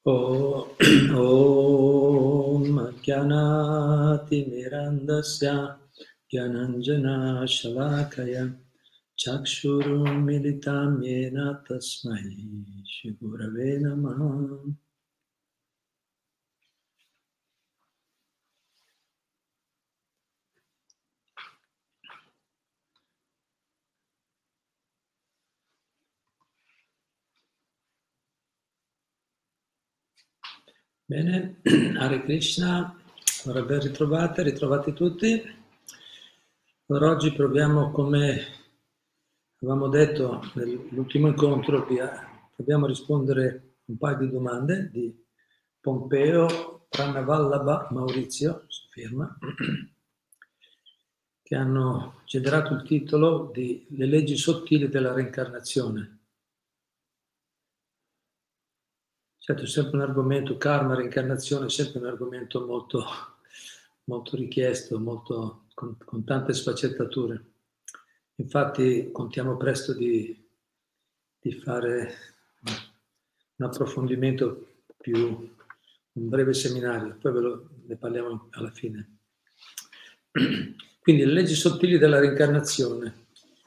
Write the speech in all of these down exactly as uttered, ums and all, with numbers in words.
Om Jnanati Mirandasya Jnananjana Shalakaya Chakshurum Militam Yena Tasmai Shri Gurave Namaha. Bene, Hare Krishna, allora ben ritrovate, ritrovati tutti. Allora, oggi proviamo, come avevamo detto nell'ultimo incontro, proviamo a rispondere a un paio di domande di Pompeo Pranavallabha Maurizio, si firma, che hanno generato il titolo di Le leggi sottili della reincarnazione. Certo, è sempre un argomento, karma, reincarnazione, è sempre un argomento molto, molto richiesto, molto, con, con tante sfaccettature. Infatti contiamo presto di, di fare un approfondimento più, un breve seminario, poi ve lo, ne parliamo alla fine. Quindi le leggi sottili della reincarnazione.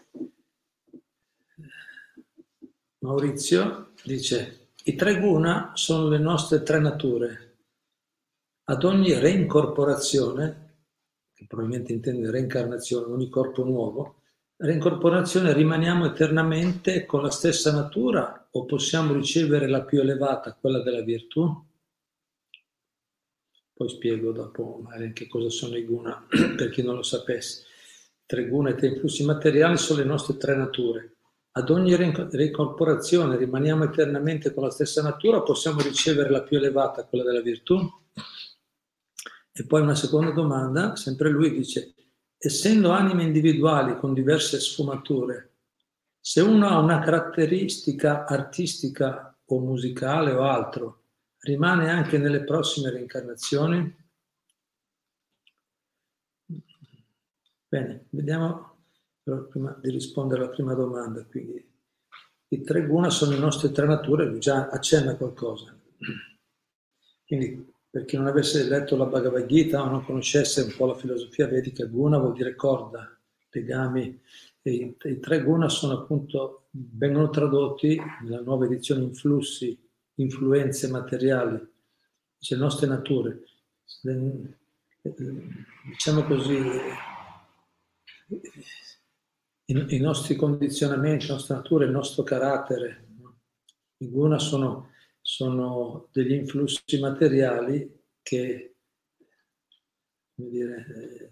Maurizio dice: i tre guna sono le nostre tre nature. Ad ogni reincorporazione, che probabilmente intende reincarnazione, ogni corpo nuovo, reincorporazione rimaniamo eternamente con la stessa natura o possiamo ricevere la più elevata, quella della virtù? Poi spiego dopo magari che cosa sono i guna, per chi non lo sapesse. Tre guna e tre influssi materiali sono le nostre tre nature. Ad ogni reincorporazione rimaniamo eternamente con la stessa natura, possiamo ricevere la più elevata, quella della virtù? E poi una seconda domanda, sempre lui dice: essendo anime individuali con diverse sfumature, se uno ha una caratteristica artistica o musicale o altro, rimane anche nelle prossime reincarnazioni? Bene, vediamo prima di rispondere alla prima domanda. Quindi, i tre guna sono le nostre tre nature, già accenna qualcosa. Quindi, per chi non avesse letto la Bhagavad Gita o non conoscesse un po' la filosofia vedica, guna vuol dire corda, legami. E i, i tre guna sono appunto, vengono tradotti nella nuova edizione influssi, influenze materiali, cioè le nostre nature. Diciamo così, i, i nostri condizionamenti, la nostra natura, il nostro carattere. I guna sono, sono degli influssi materiali che, come dire,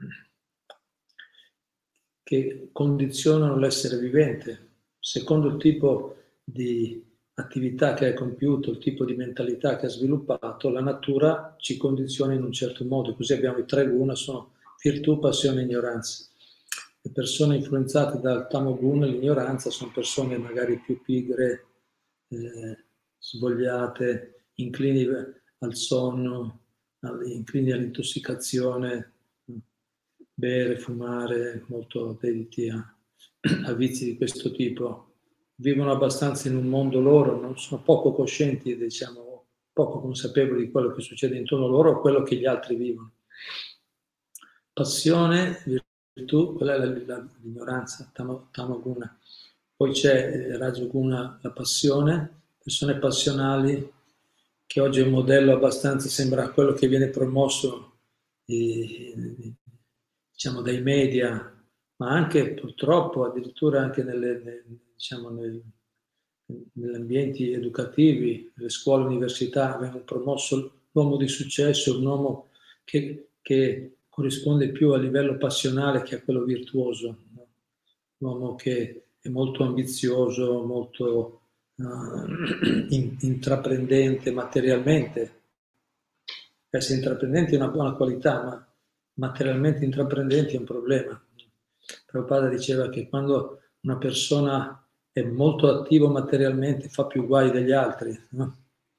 che condizionano l'essere vivente. Secondo il tipo di attività che hai compiuto, il tipo di mentalità che hai sviluppato, la natura ci condiziona in un certo modo. Così abbiamo i tre guna, sono virtù, passione e ignoranza. Le persone influenzate dal tamoguna, l'ignoranza, sono persone magari più pigre, eh, svogliate, inclini al sonno, inclini all'intossicazione, bere, fumare, molto dediti a, a vizi di questo tipo. Vivono abbastanza in un mondo loro, non sono poco coscienti, diciamo, poco consapevoli di quello che succede intorno a loro o quello che gli altri vivono. Passione, virtù, quella è l'ignoranza, tamoguna. Poi c'è rajoguna, la passione, persone passionali, che oggi è un modello abbastanza, sembra quello che viene promosso eh, diciamo dai media, ma anche purtroppo addirittura anche nelle, diciamo, nel, negli ambienti educativi, nelle scuole, università, vengono promosso l'uomo di successo, un uomo che, che corrisponde più a livello passionale che a quello virtuoso, no? L'uomo che è molto ambizioso, molto uh, in, intraprendente materialmente. Essere intraprendenti è una buona qualità, ma materialmente intraprendenti è un problema. Prabhupada diceva che quando una persona è molto attivo materialmente fa più guai degli altri, no?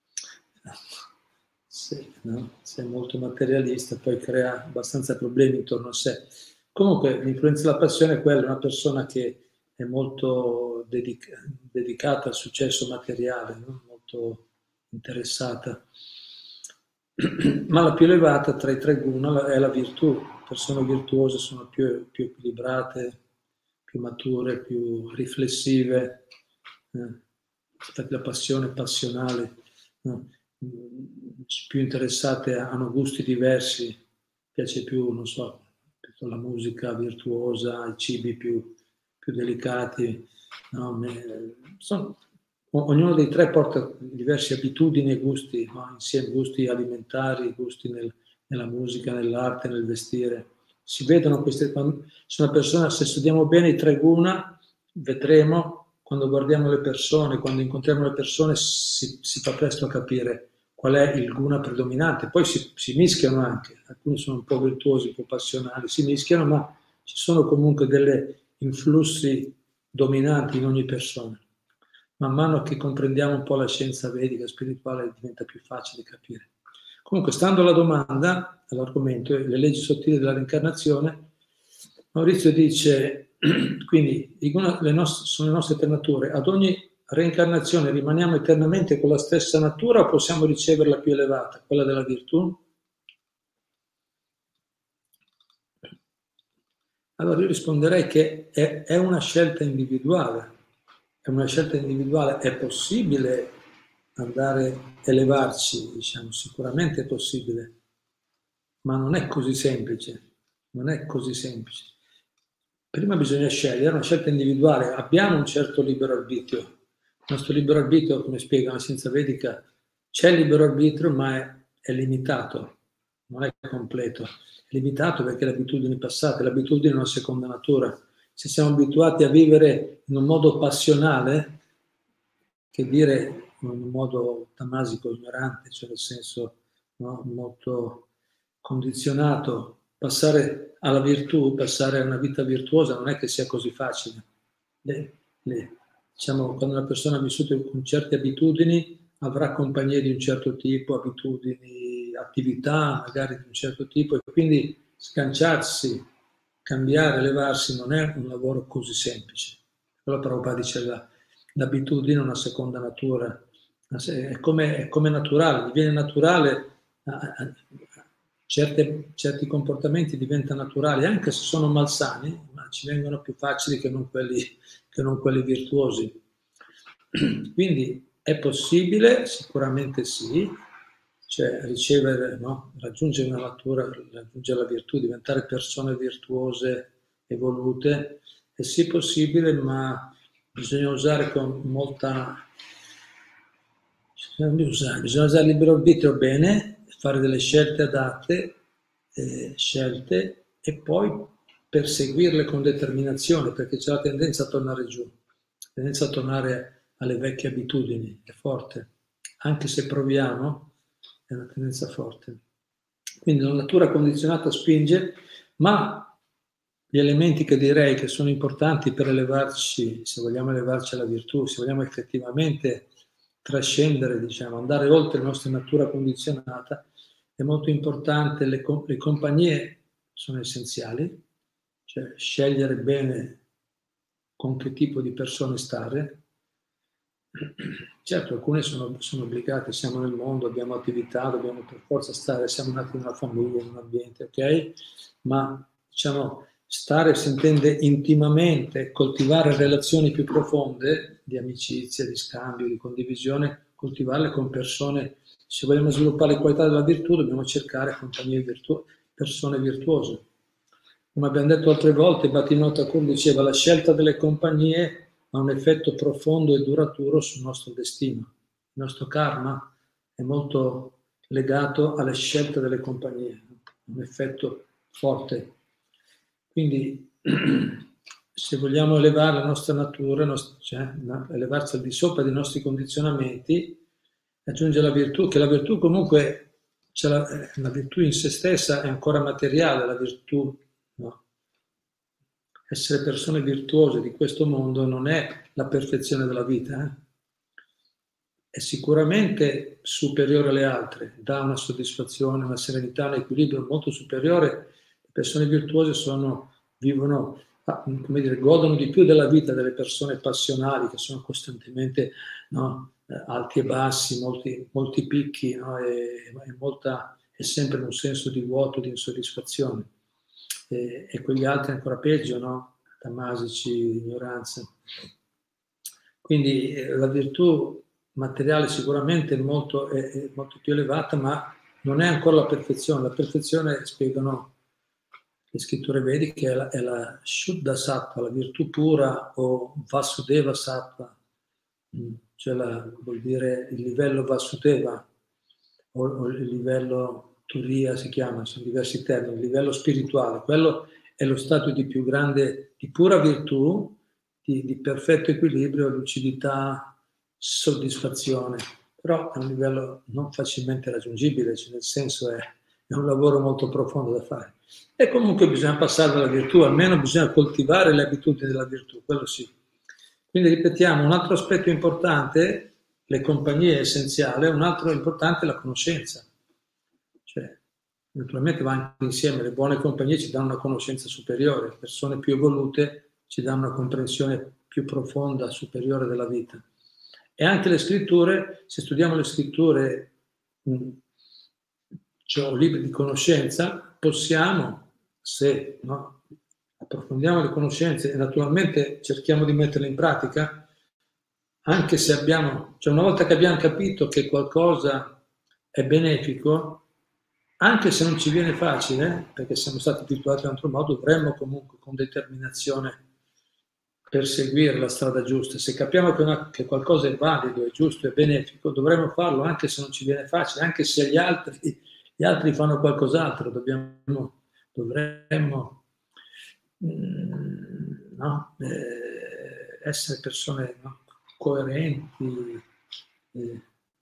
Se, no? Se è molto materialista poi crea abbastanza problemi intorno a sé. Comunque l'influenza della passione è quella, una persona che è molto dedica- dedicata al successo materiale, no? Molto interessata. Ma la più elevata tra i tre guna è la virtù. Persone virtuose sono più, più equilibrate, più mature, più riflessive, eh, la passione passionale, no? Più interessate, hanno gusti diversi, piace più, non so, la musica virtuosa, i cibi più, più delicati, no? Sono, ognuno dei tre porta diverse abitudini e gusti, no? Insieme gusti alimentari, gusti nel, nella musica, nell'arte, nel vestire. Si vedono queste, se una persona, se studiamo bene i tre guna, vedremo, quando guardiamo le persone, quando incontriamo le persone, si, si fa presto a capire qual è il guna predominante. Poi si, si mischiano anche, alcuni sono un po' virtuosi, un po' passionali, si mischiano, ma ci sono comunque delle influssi dominanti in ogni persona. Man mano che comprendiamo un po' la scienza vedica, spirituale, diventa più facile capire. Comunque, stando alla domanda, all'argomento, le leggi sottili della reincarnazione, Maurizio dice, quindi le nostre, sono le nostre tre nature, ad ogni reincarnazione rimaniamo eternamente con la stessa natura o possiamo ricevere la più elevata, quella della virtù? Allora io risponderei che è, è una scelta individuale, è una scelta individuale, è possibile andare a elevarci, diciamo, sicuramente è possibile, ma non è così semplice, non è così semplice. Prima bisogna scegliere, è una scelta individuale, abbiamo un certo libero arbitrio. Il nostro libero arbitrio, come spiega la scienza vedica, c'è il libero arbitrio, ma è, è limitato, non è completo. È limitato perché le abitudini passate, l'abitudine è una seconda natura. Se siamo abituati a vivere in un modo passionale, che dire in un modo tamasico, ignorante, cioè nel senso, no, molto condizionato, passare alla virtù, passare a una vita virtuosa non è che sia così facile. Le, le, diciamo, quando una persona ha vissuto con certe abitudini avrà compagnie di un certo tipo, abitudini, attività magari di un certo tipo, e quindi sganciarsi, cambiare, elevarsi non è un lavoro così semplice. Allora Prabhupada dice la, l'abitudine è una seconda natura, è come, è come naturale, diviene naturale. Certe, certi comportamenti diventano naturali, anche se sono malsani, ma ci vengono più facili che non quelli, che non quelli virtuosi. Quindi è possibile, sicuramente sì, cioè ricevere, no? Raggiungere una natura, raggiungere la virtù, diventare persone virtuose, evolute, è sì possibile, ma bisogna usare con molta... Bisogna usare, bisogna usare il libero arbitrio bene, fare delle scelte adatte, eh, scelte, e poi perseguirle con determinazione, perché c'è la tendenza a tornare giù, la tendenza a tornare alle vecchie abitudini, è forte. Anche se proviamo, è una tendenza forte. Quindi la natura condizionata spinge, ma gli elementi che direi che sono importanti per elevarci, se vogliamo elevarci alla virtù, se vogliamo effettivamente trascendere, diciamo, andare oltre la nostra natura condizionata, è molto importante, le, le compagnie sono essenziali, cioè scegliere bene con che tipo di persone stare. Certo, alcune sono, sono obbligate, siamo nel mondo, abbiamo attività, dobbiamo per forza stare, siamo nati in una famiglia, in un ambiente, ok? Ma diciamo, stare si intende intimamente, coltivare relazioni più profonde di amicizia, di scambio, di condivisione, coltivarle con persone. Se vogliamo sviluppare le qualità della virtù, dobbiamo cercare compagnie virtu- persone virtuose. Come abbiamo detto altre volte, Bhaktivinoda Thakur diceva la scelta delle compagnie ha un effetto profondo e duraturo sul nostro destino. Il nostro karma è molto legato alle scelte delle compagnie, un effetto forte. Quindi se vogliamo elevare la nostra natura, cioè elevarsi al di sopra dei nostri condizionamenti, raggiungere la virtù, che la virtù comunque, cioè la, la virtù in se stessa è ancora materiale, la virtù, no? Essere persone virtuose di questo mondo non è la perfezione della vita, eh? È sicuramente superiore alle altre, dà una soddisfazione, una serenità, un equilibrio molto superiore. Le persone virtuose sono, vivono, come dire, godono di più della vita delle persone passionali che sono costantemente, no, eh, alti e bassi, molti, molti picchi, no? e, e, molta, e sempre un senso di vuoto, di insoddisfazione. E, e quegli altri ancora peggio, no? Tamasici, ignoranza. Quindi eh, la virtù materiale sicuramente è molto, è, è molto più elevata, ma non è ancora la perfezione. La perfezione, spiegano le scritture vediche, è la, è la Shuddha Sattva, la virtù pura, o Vasudeva Sattva, cioè la, vuol dire il livello Vasudeva, o, o il livello Turiya si chiama, sono diversi termini, il livello spirituale. Quello è lo stato di più grande, di pura virtù, di, di perfetto equilibrio, lucidità, soddisfazione. Però è un livello non facilmente raggiungibile, cioè nel senso è, è un lavoro molto profondo da fare. E comunque bisogna passare dalla virtù, almeno bisogna coltivare le abitudini della virtù, quello sì. Quindi ripetiamo, un altro aspetto importante, le compagnie è essenziale, un altro importante è la conoscenza. Cioè, naturalmente va anche insieme, le buone compagnie ci danno una conoscenza superiore, persone più evolute ci danno una comprensione più profonda, superiore della vita. E anche le scritture, se studiamo le scritture, mh, cioè libri di conoscenza, possiamo, se no, approfondiamo le conoscenze e naturalmente cerchiamo di metterle in pratica, anche se abbiamo, cioè una volta che abbiamo capito che qualcosa è benefico, anche se non ci viene facile, perché siamo stati abituati in un altro modo, dovremmo comunque con determinazione perseguire la strada giusta. Se capiamo che, una, che qualcosa è valido, è giusto, è benefico, dovremmo farlo anche se non ci viene facile, anche se gli altri, gli altri fanno qualcos'altro, dobbiamo, dovremmo mm, no? eh, essere persone, no? coerenti, eh,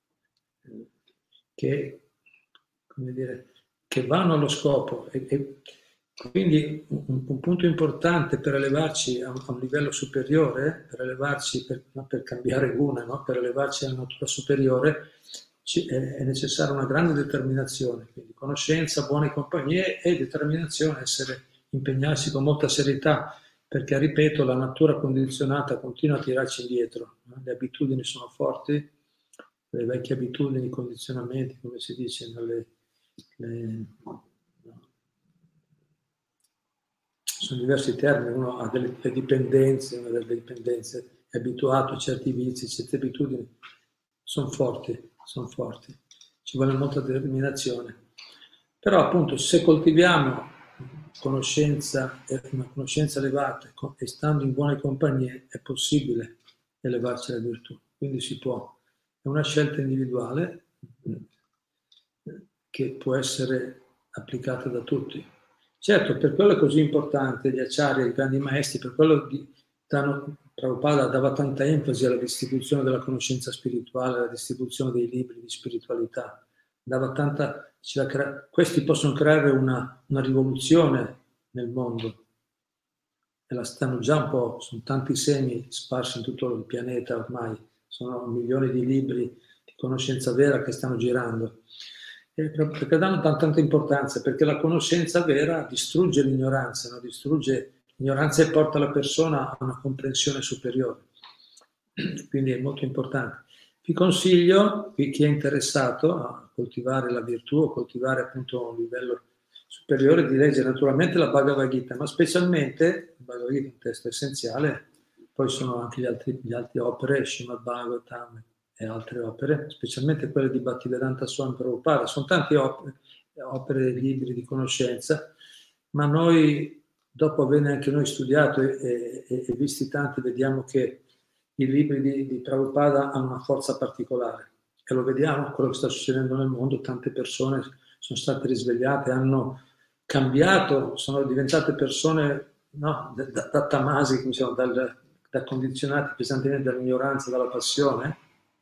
che, come dire, che vanno allo scopo. E, e quindi un, un punto importante per elevarci a un, a un livello superiore, per elevarci, per, no, per cambiare guna, no? per elevarci alla natura superiore, ci, è, è necessaria una grande determinazione, quindi conoscenza, buone compagnie e determinazione, essere, impegnarsi con molta serietà, perché, ripeto, la natura condizionata continua a tirarci indietro, no? Le abitudini sono forti, le vecchie abitudini, condizionamenti, come si dice, nelle, le, no. Sono diversi termini, uno ha delle dipendenze, una delle dipendenze, è abituato a certi vizi, certe abitudini, sono forti, sono forti, ci vuole molta determinazione. Però appunto se coltiviamo conoscenza, una conoscenza elevata e stando in buone compagnie è possibile elevarci alla virtù, quindi si può. È una scelta individuale che può essere applicata da tutti. Certo, per quello è così importante, gli acciari, i grandi maestri, per quello di, danno, Prabhupada dava tanta enfasi alla distribuzione della conoscenza spirituale, alla distribuzione dei libri di spiritualità. Dava tanta, questi possono creare una, una rivoluzione nel mondo. E la stanno già un po', sono tanti semi sparsi in tutto il pianeta ormai, sono milioni di libri di conoscenza vera che stanno girando. Eh, perché danno tanta importanza, perché la conoscenza vera distrugge l'ignoranza, no? Distrugge l'ignoranza e porta la persona a una comprensione superiore. Quindi è molto importante. Vi consiglio, chi è interessato a coltivare la virtù o coltivare appunto un livello superiore, di leggere naturalmente la Bhagavad Gita, ma specialmente, la Bhagavad Gita è un testo essenziale, poi sono anche gli altri, gli altri opere, Srimad Bhagavatam e altre opere, specialmente quelle di Bhaktivedanta Swami Prabhupada. Sono tante opere, opere, libri di conoscenza, ma noi, dopo averne anche noi studiato e, e, e visti tanti, vediamo che i libri di, di Prabhupada hanno una forza particolare. E lo vediamo, quello che sta succedendo nel mondo, tante persone sono state risvegliate, hanno cambiato, sono diventate persone, no, da, da, da tamasi, diciamo, dal, da condizionati pesantemente dall'ignoranza, dalla passione.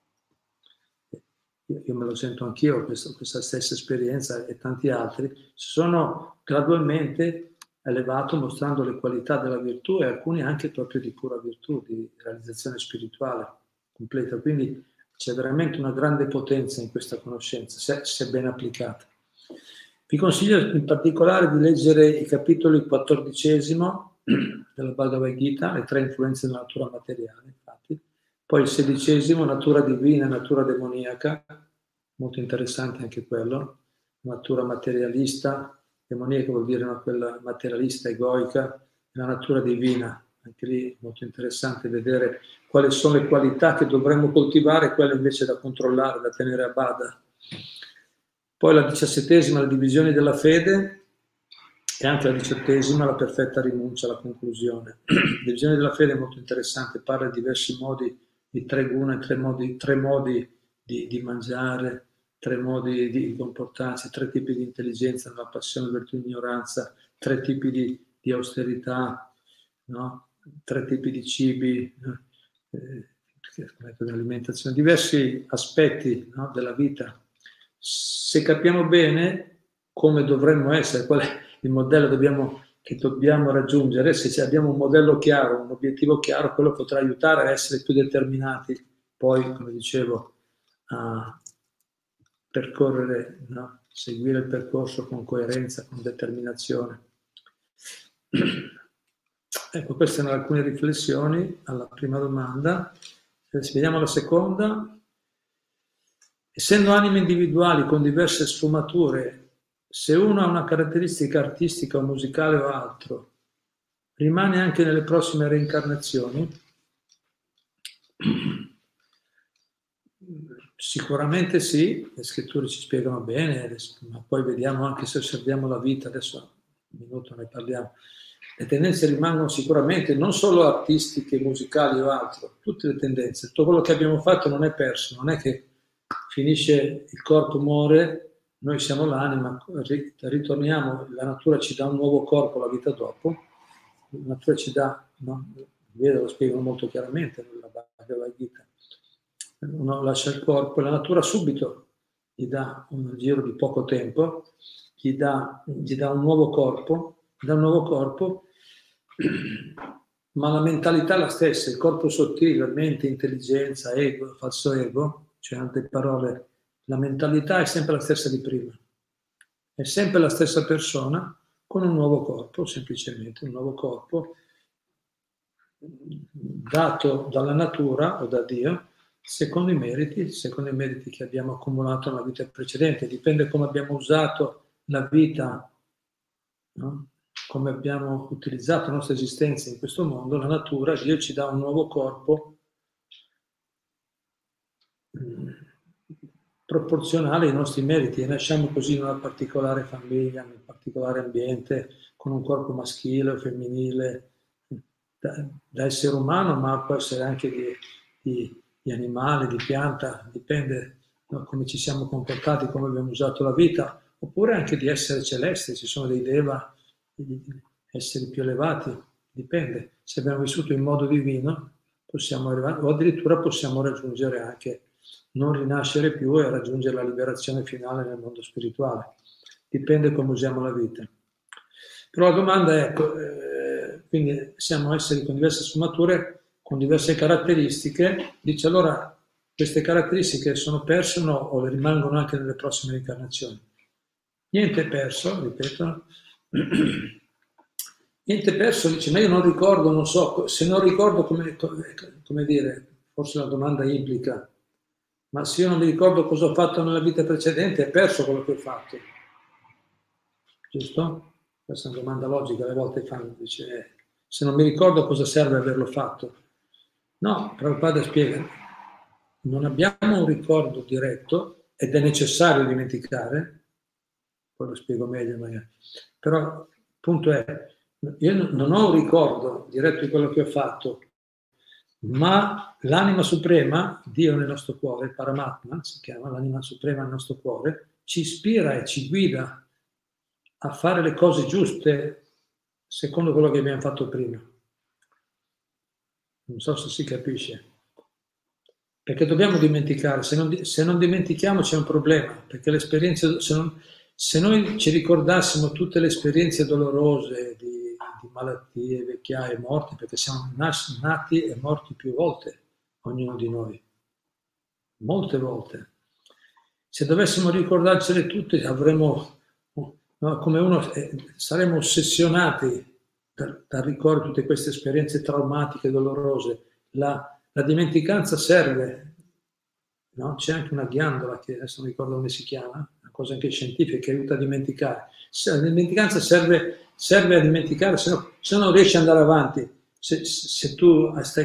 Io me lo sento anch'io, questa, questa stessa esperienza e tanti altri, si sono gradualmente elevato mostrando le qualità della virtù e alcuni anche proprio di pura virtù, di realizzazione spirituale completa. Quindi c'è veramente una grande potenza in questa conoscenza, se, se ben applicata. Vi consiglio in particolare di leggere i capitoli quattordicesimo della Bhagavad Gita, le tre influenze della natura materiale, infatti, Poi il sedicesimo, natura divina e natura demoniaca, molto interessante anche quello, natura materialista, demoniaca vuol dire una, quella materialista, egoica, la natura divina, anche lì molto interessante vedere quali sono le qualità che dovremmo coltivare e quelle invece da controllare, da tenere a bada. Poi la diciassettesima, la divisione della fede, e anche la diciottesima, la perfetta rinuncia, la conclusione. La divisione della fede è molto interessante, parla di diversi modi, di tre guna, tre modi, tre modi di, di mangiare, tre modi di comportarsi, tre tipi di intelligenza, la passione, virtù, ignoranza, tre tipi di, di austerità, no? Tre tipi di cibi, eh, dell'alimentazione, diversi aspetti, no, della vita. Se capiamo bene come dovremmo essere, qual è il modello dobbiamo, che dobbiamo raggiungere, se abbiamo un modello chiaro, un obiettivo chiaro, quello potrà aiutare a essere più determinati, poi, come dicevo, a percorrere, no? Seguire il percorso con coerenza, con determinazione. Ecco, queste sono alcune riflessioni alla prima domanda. Se vediamo la seconda. Essendo anime individuali con diverse sfumature, se uno ha una caratteristica artistica o musicale o altro, rimane anche nelle prossime reincarnazioni? Sicuramente sì, le scritture ci spiegano bene, ma poi vediamo anche se osserviamo la vita, adesso un minuto ne parliamo. Le tendenze rimangono sicuramente non solo artistiche, musicali o altro, tutte le tendenze, tutto quello che abbiamo fatto non è perso, non è che finisce, il corpo muore, noi siamo l'anima, ritorniamo, la natura ci dà un nuovo corpo la vita dopo, la natura ci dà, no? Vedo, lo spiegano molto chiaramente nella Bhagavad Gita. Uno lascia il corpo e la natura subito gli dà un giro di poco tempo, gli dà, gli dà un nuovo corpo, gli dà un nuovo corpo, ma la mentalità è la stessa, il corpo sottile, mente, intelligenza, ego, falso ego, cioè in altre parole, la mentalità è sempre la stessa di prima, è sempre la stessa persona con un nuovo corpo, semplicemente un nuovo corpo dato dalla natura o da Dio, secondo i meriti, secondo i meriti che abbiamo accumulato nella vita precedente. Dipende come abbiamo usato la vita, no? Come abbiamo utilizzato la nostra esistenza in questo mondo, la natura, Dio ci dà un nuovo corpo mh, proporzionale ai nostri meriti e nasciamo così in una particolare famiglia, in un particolare ambiente, con un corpo maschile o femminile, da, da essere umano, ma può essere anche di, di, di animale, di pianta, dipende, no, come ci siamo comportati, come abbiamo usato la vita, oppure anche di essere celesti, ci sono dei deva, esseri più elevati, dipende. Se abbiamo vissuto in modo divino, possiamo arrivare, o addirittura possiamo raggiungere anche, non rinascere più e raggiungere la liberazione finale nel mondo spirituale. Dipende come usiamo la vita. Però la domanda è, ecco, eh, quindi siamo esseri con diverse sfumature, con diverse caratteristiche, dice allora queste caratteristiche sono perse o no, o rimangono anche nelle prossime incarnazioni? Niente è perso, ripeto, niente è perso, dice, ma io non ricordo, non so, se non ricordo come, come dire, forse la domanda implica, ma se io non mi ricordo cosa ho fatto nella vita precedente, è perso quello che ho fatto. Giusto? Questa è una domanda logica, alle volte fanno, dice, eh, se non mi ricordo cosa serve averlo fatto. No, Prabhupada spiega, non abbiamo un ricordo diretto ed è necessario dimenticare, poi lo spiego meglio magari, però il punto è, io non ho un ricordo diretto di quello che ho fatto, ma l'anima suprema, Dio nel nostro cuore, il Paramatma, si chiama l'anima suprema nel nostro cuore, ci ispira e ci guida a fare le cose giuste secondo quello che abbiamo fatto prima. Non so se si capisce. Perché dobbiamo dimenticare, se non, se non dimentichiamo c'è un problema, perché le esperienze, se, non, se noi ci ricordassimo tutte le esperienze dolorose di, di malattie, vecchiaie, morti, perché siamo nati e morti più volte, ognuno di noi, molte volte. Se dovessimo ricordarcele tutte avremmo, no, come uno, eh, saremmo ossessionati dal, dal ricordo di tutte queste esperienze traumatiche, dolorose. La, la dimenticanza serve, no? C'è anche una ghiandola, che adesso non ricordo come si chiama, una cosa anche scientifica che aiuta a dimenticare. La dimenticanza serve, serve a dimenticare, se no, se no non riesci ad andare avanti. Se, se tu stai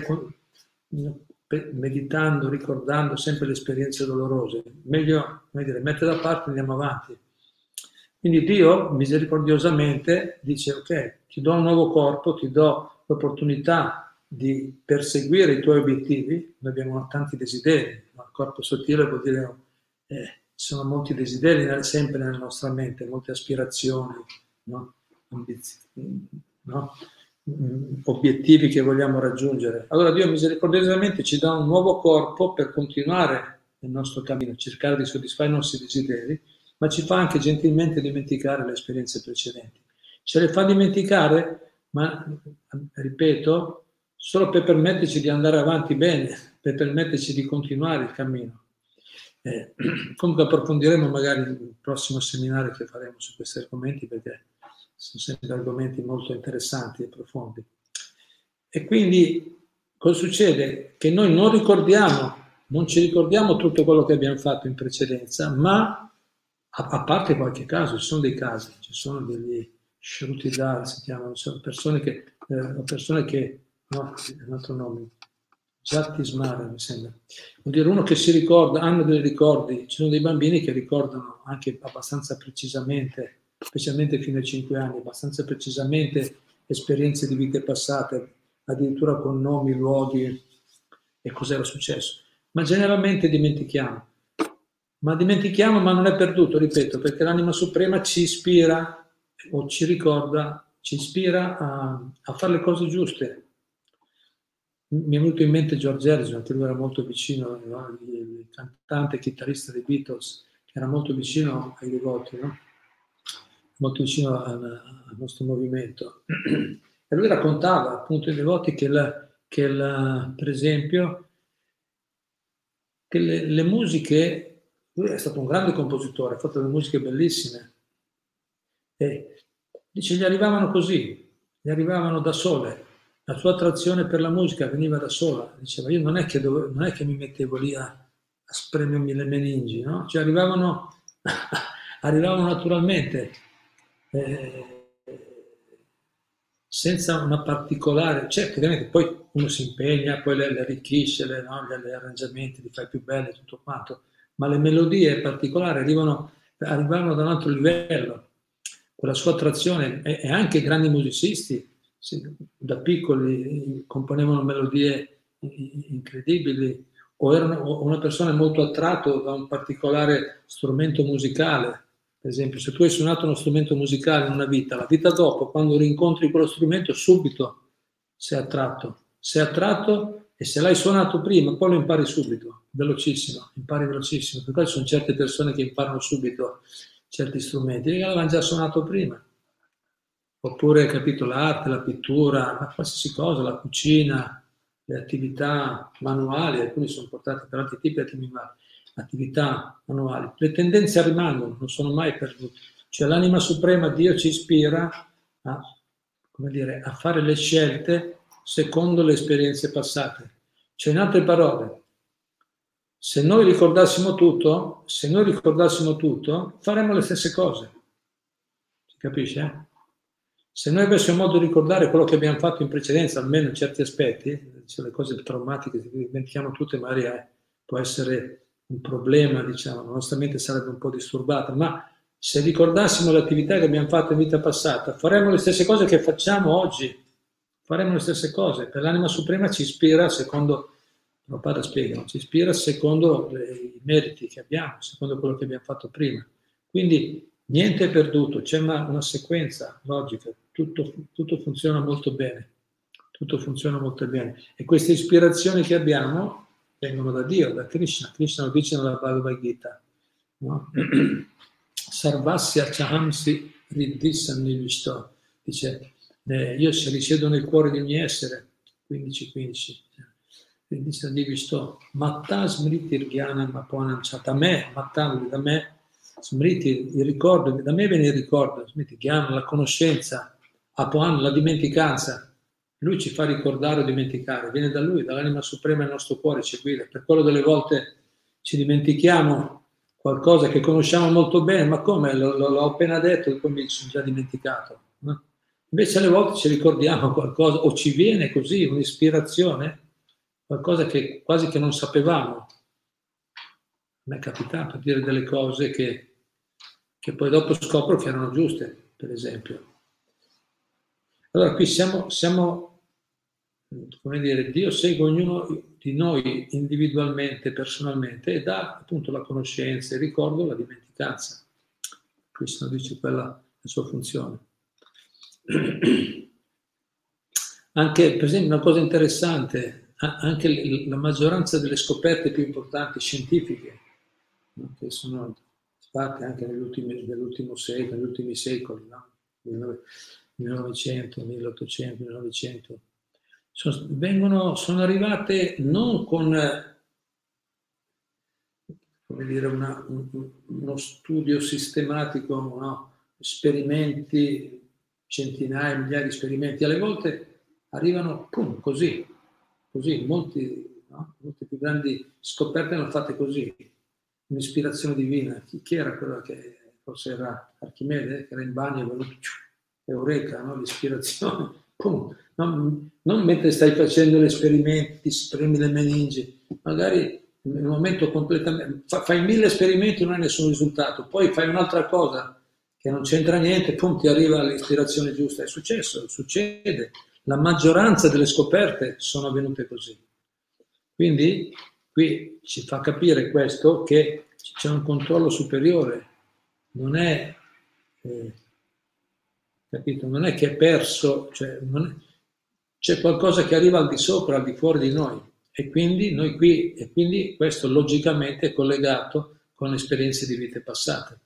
meditando, ricordando sempre le esperienze dolorose, meglio, come dire, mettere da parte e andiamo avanti. Quindi Dio misericordiosamente dice: ok, ti do un nuovo corpo, ti do l'opportunità di perseguire i tuoi obiettivi. Noi abbiamo tanti desideri, ma il corpo sottile vuol dire eh, ci sono molti desideri sempre nella nostra mente, molte aspirazioni, no? Ambizioni, no? Obiettivi che vogliamo raggiungere. Allora Dio misericordiosamente ci dà un nuovo corpo per continuare il nostro cammino, cercare di soddisfare i nostri desideri, ma ci fa anche gentilmente dimenticare le esperienze precedenti. Ce le fa dimenticare, ma ripeto, solo per permetterci di andare avanti bene, per permetterci di continuare il cammino. Eh, comunque approfondiremo magari nel prossimo seminario che faremo su questi argomenti, perché sono sempre argomenti molto interessanti e profondi. E quindi cosa succede? Che noi non ricordiamo, non ci ricordiamo tutto quello che abbiamo fatto in precedenza, ma a parte qualche caso, ci sono dei casi, ci sono degli shrutidar, si chiamano, sono persone che, eh, persone che, no, è un altro nome, Jattismara mi sembra, vuol dire uno che si ricorda, hanno dei ricordi, ci sono dei bambini che ricordano anche abbastanza precisamente, specialmente fino ai cinque anni, abbastanza precisamente esperienze di vite passate, addirittura con nomi, luoghi e cos'era successo, ma generalmente dimentichiamo. Ma dimentichiamo, ma non è perduto, ripeto, perché l'anima suprema ci ispira o ci ricorda, ci ispira a, a fare le cose giuste. Mi è venuto in mente George Harrison, che lui era molto vicino, no? il, il cantante, chitarrista dei Beatles, che era molto vicino ai devoti, no? Molto vicino al, al nostro movimento. E lui raccontava appunto ai devoti che, la, che la, per esempio, che le, le musiche... Lui è stato un grande compositore, ha fatto delle musiche bellissime. E dice, gli arrivavano così, gli arrivavano da sole. La sua attrazione per la musica veniva da sola. Diceva, io non è che, dovevo, non è che mi mettevo lì a, a spremermi le meningi, no? Cioè arrivavano, arrivavano naturalmente, eh, senza una particolare... Certo, ovviamente poi uno si impegna, poi le, le arricchisce, le, no? gli arrangiamenti, li fai più belli, tutto quanto. Ma le melodie particolari arrivano, arrivano da un altro livello, con la sua attrazione, e, e anche i grandi musicisti, da piccoli componevano melodie incredibili, o erano o una persona molto attratto da un particolare strumento musicale. Per esempio, se tu hai suonato uno strumento musicale in una vita, la vita dopo, quando rincontri quello strumento, subito sei attratto. Sei attratto e se l'hai suonato prima, poi lo impari subito, velocissimo, impari velocissimo. Per questo sono certe persone che imparano subito certi strumenti, perché l'avevano già suonato prima. Oppure, capito, l'arte, la pittura, ma qualsiasi cosa, la cucina, le attività manuali, alcuni sono portati per altri tipi di attività manuali. Le tendenze rimangono, non sono mai perdute. Cioè l'anima suprema, Dio, ci ispira a, come dire, a fare le scelte secondo le esperienze passate. Cioè, in altre parole, se noi ricordassimo tutto, se noi ricordassimo tutto, faremmo le stesse cose. Si capisce? Eh? Se noi avessimo modo di ricordare quello che abbiamo fatto in precedenza, almeno in certi aspetti, cioè le cose traumatiche, se dimentichiamo tutte, magari eh, può essere un problema, diciamo, la nostra mente sarebbe un po' disturbata, ma se ricordassimo le attività che abbiamo fatto in vita passata, faremmo le stesse cose che facciamo oggi, faremo le stesse cose, per l'anima suprema ci ispira secondo, mio padre spiega, ci ispira secondo le, i meriti che abbiamo, secondo quello che abbiamo fatto prima. Quindi niente è perduto, c'è una, una sequenza logica, tutto, tutto funziona molto bene, tutto funziona molto bene. E queste ispirazioni che abbiamo vengono da Dio, da Krishna. Krishna lo dice nella Bhagavad Gita, no? Sarvasya chahamsi riddhi sannivishto, dice, Eh, io se risiedo nel cuore di ogni essere, quindici quindici, matta smriti irgyanam aponam chata, me, matta, da me, smriti, il ricordo, da me viene il ricordo, smriti, gyana, la conoscenza, apoan, la dimenticanza, Lui ci fa ricordare o dimenticare, viene da Lui, dall'anima suprema il nostro cuore ci guida. Per quello delle volte ci dimentichiamo qualcosa che conosciamo molto bene, ma come? L'ho appena detto e poi mi sono già dimenticato. No? Invece alle volte ci ricordiamo qualcosa o ci viene così un'ispirazione, qualcosa che quasi che non sapevamo. A me è capitato di dire delle cose che, che poi dopo scopro che erano giuste, per esempio. Allora qui siamo, siamo, come dire, Dio segue ognuno di noi individualmente, personalmente e dà appunto la conoscenza, il ricordo, la dimenticanza. Questo dice quella la sua funzione. Anche, per esempio, una cosa interessante, anche la maggioranza delle scoperte più importanti scientifiche, no, che sono fatte anche nell'ultimo secolo, negli ultimi secoli, no? millenovecento, milleottocento, millenovecento, sono, vengono, sono arrivate non con, come dire, una, un, uno studio sistematico, no? Esperimenti, centinaia, migliaia di esperimenti, alle volte arrivano pum, così, così, molti, no? Molte più grandi scoperte le hanno fatte così, un'ispirazione divina. Chi, chi era quello che, forse era Archimede, che era in bagno e è venuto, eureka, no? L'ispirazione, pum, non, non mentre stai facendo l'esperimento, ti spremi le meningi, magari in un momento completamente, fai mille esperimenti e non hai nessun risultato, poi fai un'altra cosa che non c'entra niente, pum, ti arriva l'ispirazione giusta. È successo, succede. La maggioranza delle scoperte sono avvenute così. Quindi qui ci fa capire questo, che c'è un controllo superiore, non è, eh, capito? Non è che è perso, cioè non è, c'è qualcosa che arriva al di sopra, al di fuori di noi. E quindi noi qui, e quindi questo logicamente è collegato con esperienze di vite passate.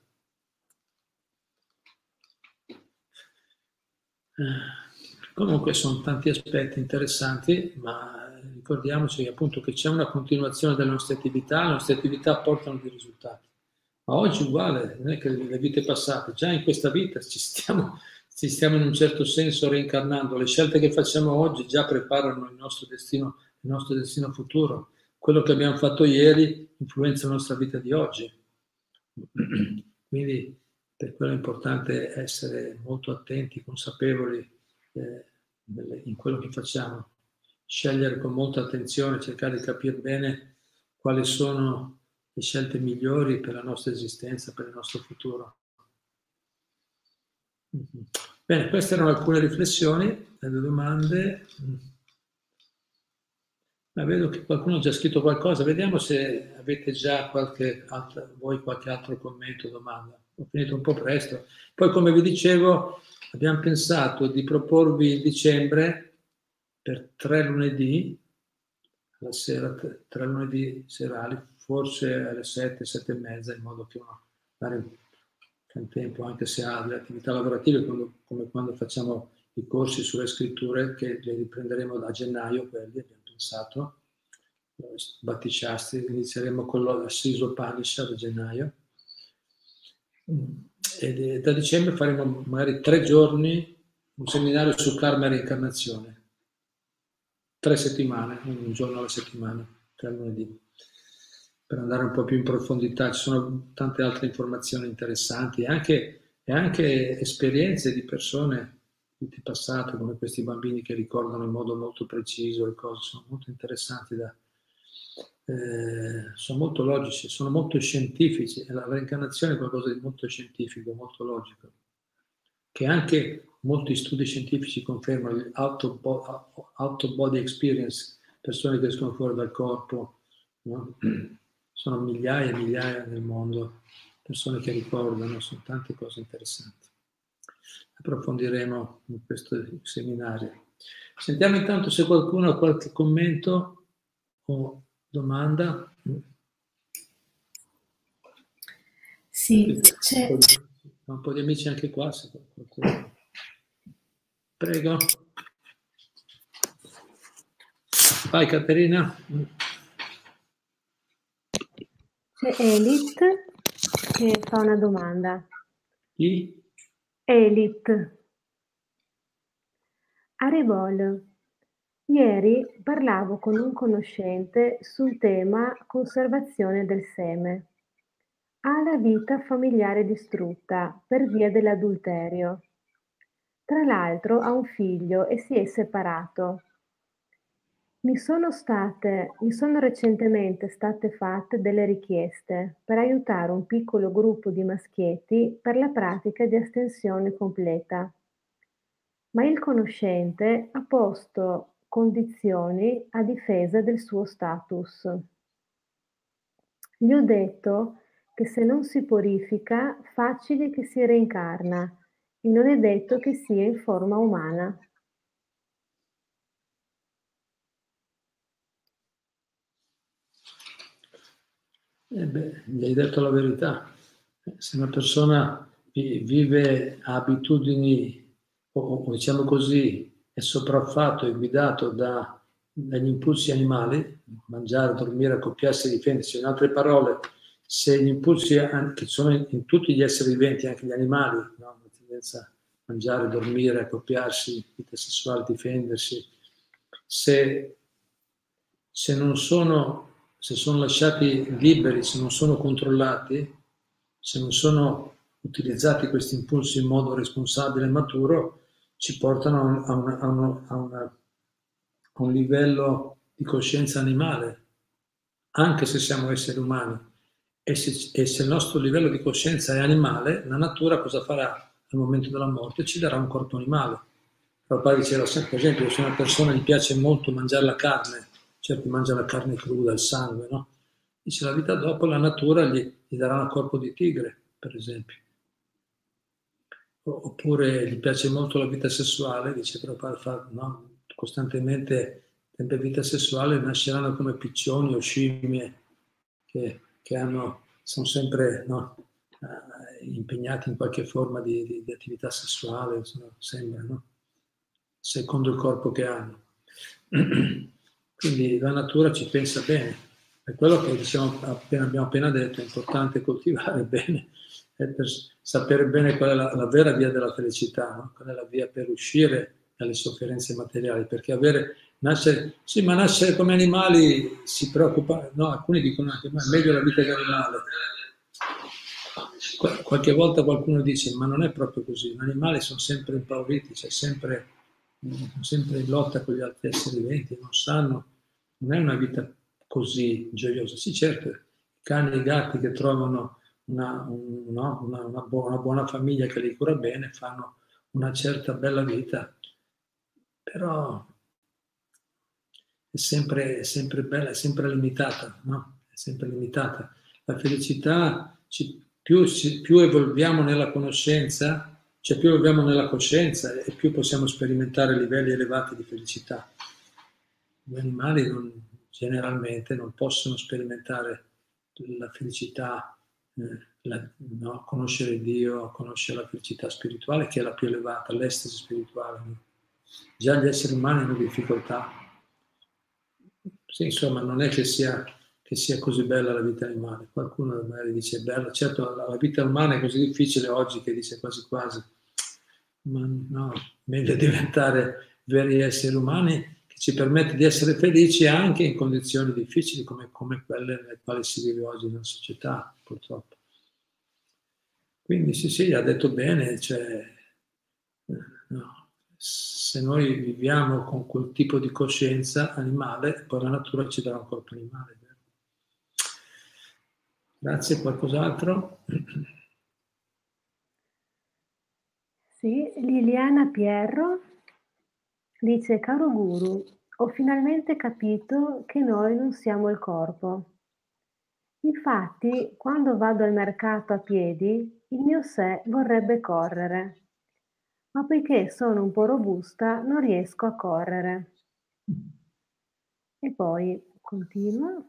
Comunque sono tanti aspetti interessanti, ma ricordiamoci appunto che c'è una continuazione delle nostre attività, le nostre attività portano dei risultati. Ma oggi uguale, non è che le vite passate, già in questa vita ci stiamo, ci stiamo in un certo senso reincarnando, le scelte che facciamo oggi già preparano il nostro destino, il nostro destino futuro. Quello che abbiamo fatto ieri influenza la nostra vita di oggi. Quindi per quello è importante essere molto attenti, consapevoli eh, in quello che facciamo, scegliere con molta attenzione, cercare di capire bene quali sono le scelte migliori per la nostra esistenza, per il nostro futuro. Bene, queste erano alcune riflessioni, le domande. Ma vedo che qualcuno ha già scritto qualcosa, vediamo se avete già qualche altra, voi qualche altro commento o domanda. Ho finito un po' presto. Poi, come vi dicevo, abbiamo pensato di proporvi il dicembre per tre lunedì, alla sera, tre lunedì serali, forse alle sette, sette e mezza, in modo che uno dare un tempo, anche se ha delle attività lavorative, come, come quando facciamo i corsi sulle scritture, che li riprenderemo da gennaio, quelli abbiamo pensato, Bhattishastri, inizieremo con lo Sisvopanishad a gennaio, e da dicembre faremo magari tre giorni un seminario su karma e reincarnazione, tre settimane, un giorno alla settimana, tre lunedì, per andare un po' più in profondità. Ci sono tante altre informazioni interessanti e anche, e anche esperienze di persone di passato, come questi bambini che ricordano in modo molto preciso le cose, sono molto interessanti, da, eh, sono molto logici, sono molto scientifici, e la reincarnazione è qualcosa di molto scientifico, molto logico, che anche molti studi scientifici confermano, gli out of body experience, persone che escono fuori dal corpo, no? Sono migliaia e migliaia nel mondo, persone che ricordano, sono tante cose interessanti. Approfondiremo in questo seminario. Sentiamo intanto se qualcuno ha qualche commento o domanda. Sì, c'è un po' di amici anche qua, se qualcuno. Prego. Vai Caterina. C'è Elit che fa una domanda. Chi? Elit. Arevol, Ieri parlavo con un conoscente sul tema conservazione del seme. Ha la vita familiare distrutta per via dell'adulterio. Tra l'altro ha un figlio e si è separato. Mi sono state, mi sono recentemente state fatte delle richieste per aiutare un piccolo gruppo di maschietti per la pratica di astensione completa, ma il conoscente ha posto condizioni a difesa del suo status. Gli ho detto che se non si purifica, facile che si reincarna e non è detto che sia in forma umana. Eh beh, gli hai detto la verità. Se una persona vive a abitudini, o, o diciamo così, è sopraffatto e guidato da, dagli impulsi animali, mangiare, dormire, accoppiarsi, difendersi, in altre parole, se gli impulsi che sono in, in tutti gli esseri viventi, anche gli animali, no? La tendenza a mangiare, dormire, accoppiarsi, vita sessuale, difendersi, se, se non sono se sono lasciati liberi, se non sono controllati, se non sono utilizzati questi impulsi in modo responsabile e maturo, ci portano a, una, a, una, a, una, a un livello di coscienza animale, anche se siamo esseri umani. E se, e se il nostro livello di coscienza è animale, la natura cosa farà al momento della morte? Ci darà un corpo animale. Papà diceva sempre, per esempio, se a una persona gli piace molto mangiare la carne, certo mangia la carne cruda, il sangue, no? Dice la vita dopo la natura gli, gli darà un corpo di tigre, per esempio. Oppure gli piace molto la vita sessuale, dice però fa, no? Costantemente sempre vita sessuale, nasceranno come piccioni o scimmie che, che hanno, sono sempre no? eh, impegnati in qualche forma di, di, di attività sessuale, insomma, sembra, no? Secondo il corpo che hanno. Quindi la natura ci pensa bene. È quello che diciamo, appena, abbiamo appena detto, è importante coltivare bene, è per sapere bene qual è la, la vera via della felicità, no? Qual è la via per uscire dalle sofferenze materiali, perché avere, nascere, sì, ma nascere come animali si preoccupa, no, alcuni dicono anche, ma è meglio la vita che animale. Qualche volta qualcuno dice, ma non è proprio così, gli animali sono sempre impauriti, c'è sempre, sono sempre in lotta con gli altri esseri viventi, non sanno, non è una vita così gioiosa. Sì, certo, i cani e i gatti che trovano una, un, no, una, una, buona, una buona famiglia che li cura bene, fanno una certa bella vita, però è sempre, è sempre bella, è sempre limitata, no? È sempre limitata. La felicità, ci, più, più evolviamo nella conoscenza, cioè più evolviamo nella coscienza e più possiamo sperimentare livelli elevati di felicità. Gli animali non, generalmente non possono sperimentare la felicità, eh, la, no? Conoscere Dio, conoscere la felicità spirituale che è la più elevata, l'estasi spirituale. No? Già gli esseri umani hanno difficoltà. Sì, insomma, non è che sia, che sia così bella la vita animale. Qualcuno magari dice è bella, certo la, la vita umana è così difficile oggi che dice quasi quasi, ma no, meglio diventare veri esseri umani che ci permette di essere felici anche in condizioni difficili come, come quelle nelle quali si vive oggi nella società, purtroppo. Quindi sì, sì, ha detto bene, cioè, no, se noi viviamo con quel tipo di coscienza animale, poi la natura ci darà un corpo animale. Grazie, qualcos'altro? Sì, Liliana Pierro dice, caro guru, ho finalmente capito che noi non siamo il corpo. Infatti, quando vado al mercato a piedi, il mio sé vorrebbe correre, ma poiché sono un po' robusta non riesco a correre. E poi continua.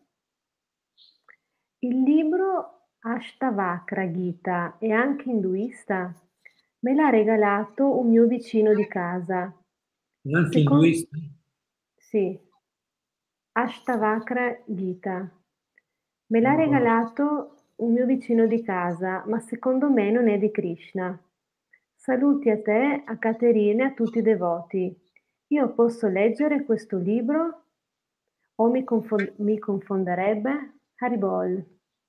Il libro Ashtavakra Gita è anche induista? Me l'ha regalato un mio vicino di casa. E anche Secon- induista? sì, Ashtavakra Gita. Me l'ha Non lo conosco. regalato un mio vicino di casa, ma secondo me non è di Krishna. Saluti a te, a Caterina e a tutti i devoti. Io posso leggere questo libro o mi, confon- mi confonderebbe? Haribol.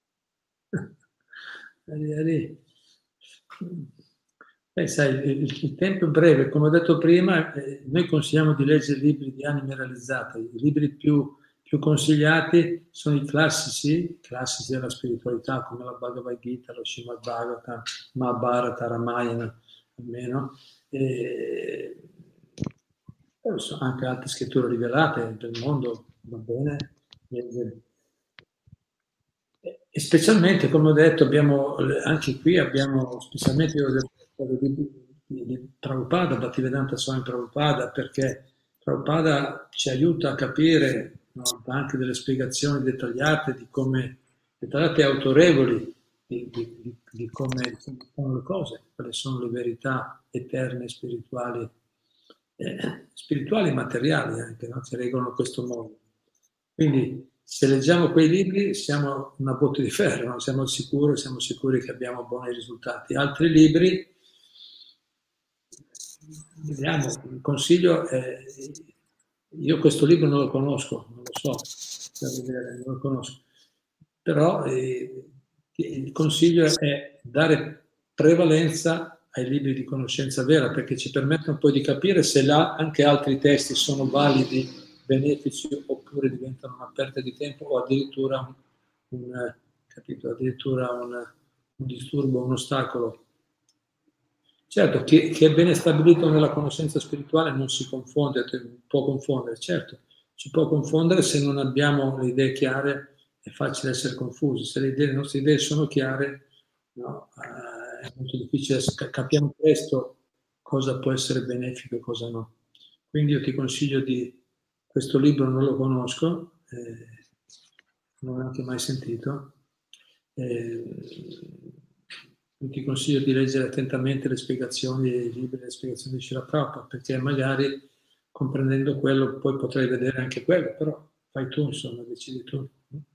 Beh, sai, il, il tempo è breve, come ho detto prima, eh, noi consigliamo di leggere libri di anime realizzate. I libri più, più consigliati sono i classici, classici della spiritualità, come la Bhagavad Gita, lo Srimad Bhagavatam, Mahabharata, Ramayana, almeno. E, poi sono anche altre scritture rivelate del mondo, va bene. E specialmente, come ho detto, abbiamo, anche qui abbiamo, specialmente io ho detto di, di, di Prabhupada, Bhaktivedanta Swami Prabhupada, perché Prabhupada ci aiuta a capire, no, anche delle spiegazioni dettagliate di come, dettagliate e autorevoli, di, di, di, di come sono le cose, quali sono le verità eterne, spirituali, eh, spirituali e materiali anche, no, che regolano questo mondo. Quindi se leggiamo quei libri siamo una botte di ferro, no? Siamo sicuri, siamo sicuri che abbiamo buoni risultati. Altri libri, vediamo, il consiglio è, io questo libro non lo conosco, non lo so, da vedere, non lo conosco, però eh, il consiglio è dare prevalenza ai libri di conoscenza vera, perché ci permettono poi di capire se là anche altri testi sono validi, benefici, oppure diventano una perdita di tempo o addirittura un, un, capito, addirittura un, un disturbo, un ostacolo. Certo, chi, chi è bene stabilito nella conoscenza spirituale non si confonde, può confondere, certo, ci può confondere se non abbiamo le idee chiare, è facile essere confusi, se le, idee, le nostre idee sono chiare, no, eh, è molto difficile, capiamo presto cosa può essere benefico e cosa no. Quindi io ti consiglio di, questo libro non lo conosco, eh, non l'ho anche mai sentito, eh, ti consiglio di leggere attentamente le spiegazioni dei libri, le spiegazioni di Srila Prabhupada, perché magari comprendendo quello poi potrai vedere anche quello, però fai tu, insomma, decidi tu.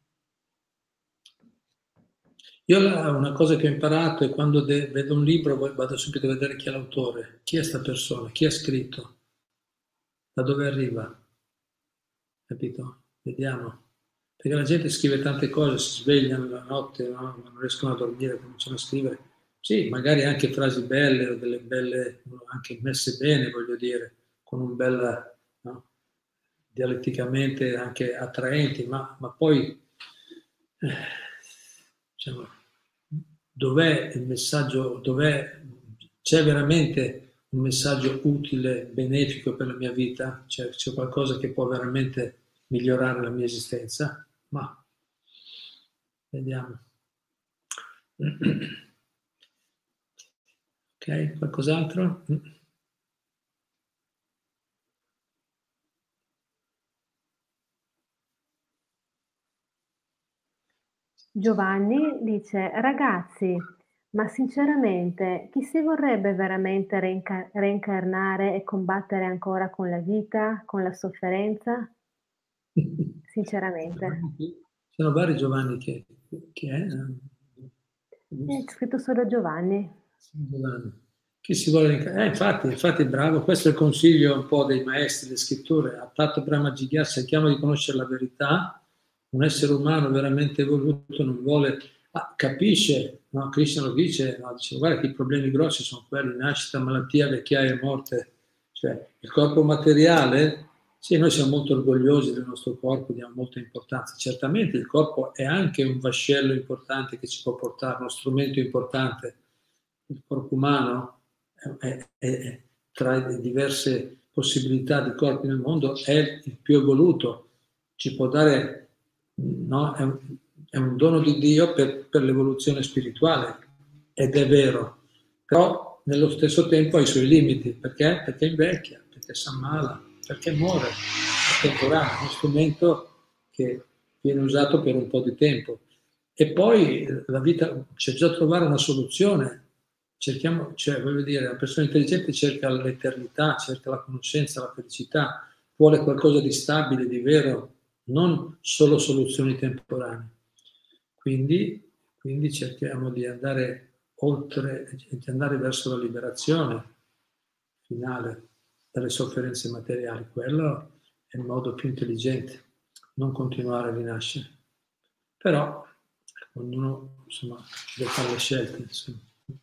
Io una cosa che ho imparato è quando de- vedo un libro vado subito a vedere chi è l'autore, chi è sta persona, chi ha scritto, da dove arriva, capito? Vediamo. Perché la gente scrive tante cose, si svegliano la notte, no? Non riescono a dormire, cominciano a scrivere. Sì, magari anche frasi belle o delle belle, anche messe bene, voglio dire, con un bel, no? Dialetticamente anche attraenti, ma, ma poi eh, diciamo, dov'è il messaggio, dov'è, c'è veramente un messaggio utile, benefico per la mia vita? Cioè, c'è qualcosa che può veramente migliorare la mia esistenza? Ma vediamo. Ok, qualcos'altro? Giovanni dice, ragazzi, ma sinceramente, chi si vorrebbe veramente reinca- reincarnare e combattere ancora con la vita, con la sofferenza? Sinceramente. Sono vari Giovanni che, che è. È scritto solo Giovanni. Giovanni. Chi si vuole reincarnare? Eh, infatti, infatti, bravo, questo è il consiglio un po' dei maestri delle scritture. Attato Brahma Jigyasa, cerchiamo di conoscere la verità. Un essere umano veramente evoluto non vuole, ah, capisce, no? Krishna lo dice, no? Dice, guarda che i problemi grossi sono quelli, nascita, malattia, vecchiaia e morte. Cioè, il corpo materiale, sì, noi siamo molto orgogliosi del nostro corpo, diamo molta importanza. Certamente il corpo è anche un vascello importante che ci può portare, uno strumento importante. Il corpo umano è, è, è, tra le diverse possibilità di corpi nel mondo è il più evoluto, ci può dare, no? È un, è un dono di Dio per, per l'evoluzione spirituale, ed è vero, però nello stesso tempo ha i suoi limiti, perché? Perché invecchia, perché si ammala, perché muore, è temporaneo, è uno strumento che viene usato per un po' di tempo. E poi la vita, c'è già trovare una soluzione, cerchiamo, cioè voglio dire, la persona intelligente cerca l'eternità, cerca la conoscenza, la felicità, vuole qualcosa di stabile, di vero, non solo soluzioni temporanee. Quindi, quindi cerchiamo di andare oltre, di andare verso la liberazione finale. dalle sofferenze materiali. Quello è il modo più intelligente, non continuare a rinascere. Però ognuno, insomma, deve fare le scelte. Insomma.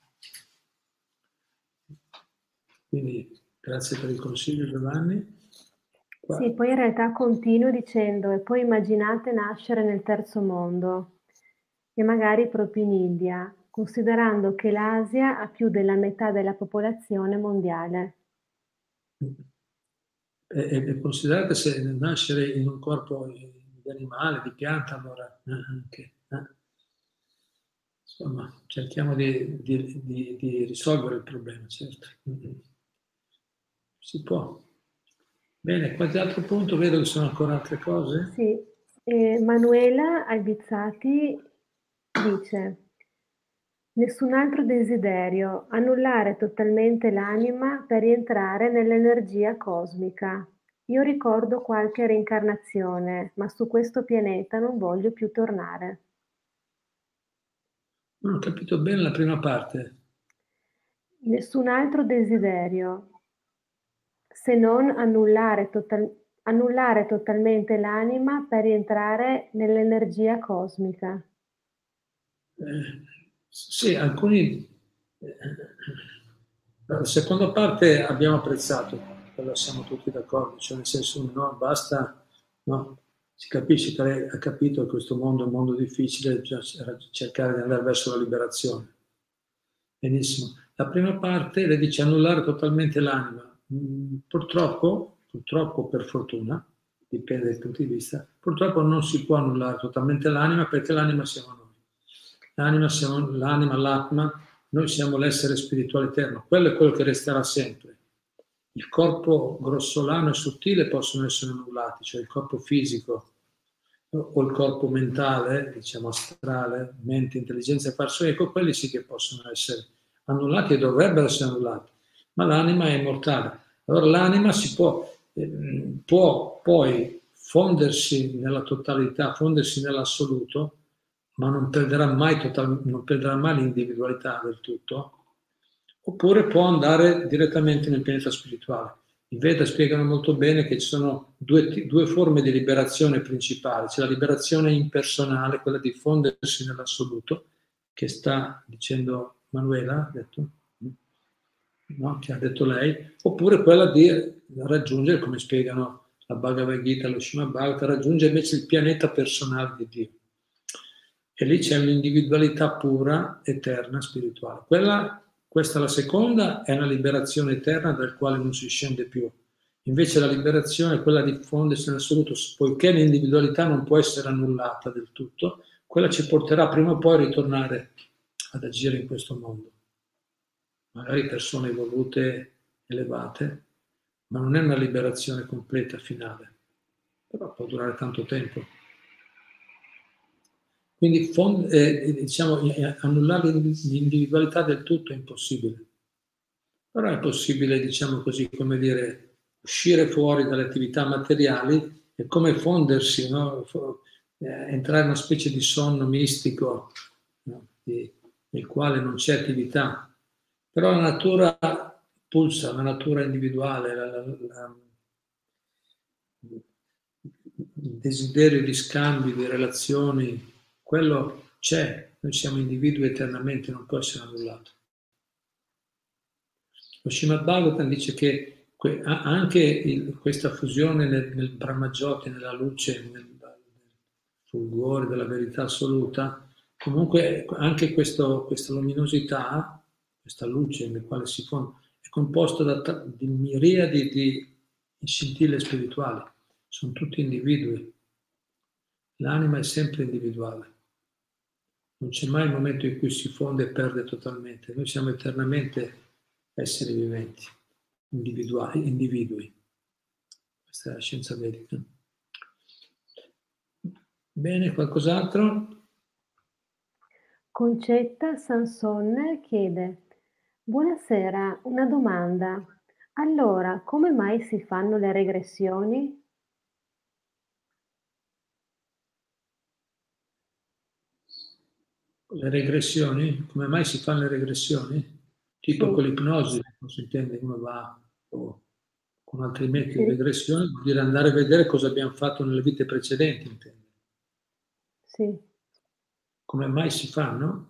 Quindi grazie per il consiglio, Giovanni. Qua. Sì, poi in realtà continuo dicendo, e poi immaginate nascere nel terzo mondo, e magari proprio in India, considerando che l'Asia ha più della metà della popolazione mondiale. E, e considerate se nascere in un corpo di animale, di pianta, allora anche. Eh? Insomma, cerchiamo di, di, di, di risolvere il problema, certo. Si può. Bene, qualche altro punto? Vedo che sono ancora altre cose. Sì, e Manuela Albizzati dice: nessun altro desiderio, annullare totalmente l'anima per rientrare nell'energia cosmica. Io ricordo qualche reincarnazione, ma su questo pianeta non voglio più tornare. Non ho capito bene la prima parte. Nessun altro desiderio, se non annullare, total- annullare totalmente l'anima per rientrare nell'energia cosmica. Eh, sì, alcuni... Eh, la seconda parte abbiamo apprezzato, quello siamo tutti d'accordo, cioè nel senso no, basta, no? Si capisce che lei ha capito che questo mondo è un mondo difficile, bisogna cercare di andare verso la liberazione. Benissimo. La prima parte le dice annullare totalmente l'anima. Mm, purtroppo, purtroppo per fortuna, dipende dai punti di vista, purtroppo non si può annullare totalmente l'anima perché l'anima siamo noi. L'anima, siamo, l'anima, l'atma, noi siamo l'essere spirituale eterno. Quello è quello che resterà sempre. Il corpo grossolano e sottile possono essere annullati, cioè il corpo fisico o il corpo mentale, diciamo astrale, mente, intelligenza e farso eco, quelli sì che possono essere annullati e dovrebbero essere annullati, ma l'anima è immortale. Allora l'anima si può, eh, può poi fondersi nella totalità, fondersi nell'assoluto, ma non perderà mai, total, non perderà mai l'individualità del tutto, oppure può andare direttamente nel pianeta spirituale. I Veda spiegano molto bene che ci sono due, due forme di liberazione principali. C'è la liberazione impersonale, quella di fondersi nell'assoluto, che sta dicendo Manuela, ha detto, no? Che ha detto lei, oppure quella di raggiungere, come spiegano la Bhagavad Gita, lo Srimad Bhagavatam, raggiungere invece il pianeta personale di Dio. E lì c'è un'individualità pura, eterna, spirituale. Quella, questa, la seconda, è una liberazione eterna dal quale non si scende più. Invece la liberazione è quella di fondersi nell'assoluto, poiché l'individualità non può essere annullata del tutto, quella ci porterà prima o poi a ritornare ad agire in questo mondo. Magari persone evolute, elevate, ma non è una liberazione completa, finale. Però può durare tanto tempo. Quindi fond- eh, diciamo, annullare l'individualità del tutto è impossibile. Però è possibile, diciamo così, come dire, uscire fuori dalle attività materiali e come fondersi, no? eh, entrare in una specie di sonno mistico, no? di, nel quale non c'è attività. Però la natura pulsa, la natura individuale, la, la, la, il desiderio di scambi, di relazioni, quello c'è, noi siamo individui eternamente, non può essere annullato. Lo Srimad Bhagavatam dice che anche il, questa fusione nel, nel Brahmajyoti, nella luce, nel, nel fulgore della verità assoluta, comunque anche questo, questa luminosità, questa luce nel quale si fonde, è composta da, di miriadi di scintille spirituali, sono tutti individui. L'anima è sempre individuale. Non c'è mai il momento in cui si fonde e perde totalmente. Noi siamo eternamente esseri viventi, individuali, individui. Questa è la scienza vedica. Bene, qualcos'altro? Concetta Sansone chiede: buonasera, una domanda. Allora, come mai si fanno le regressioni? Le regressioni? Come mai si fanno le regressioni? Tipo Sì. con l'ipnosi, non si intende come va. Oh. con altri metodi di regressione, vuol dire andare a vedere cosa abbiamo fatto nelle vite precedenti, intendo. Sì. Come mai si fanno?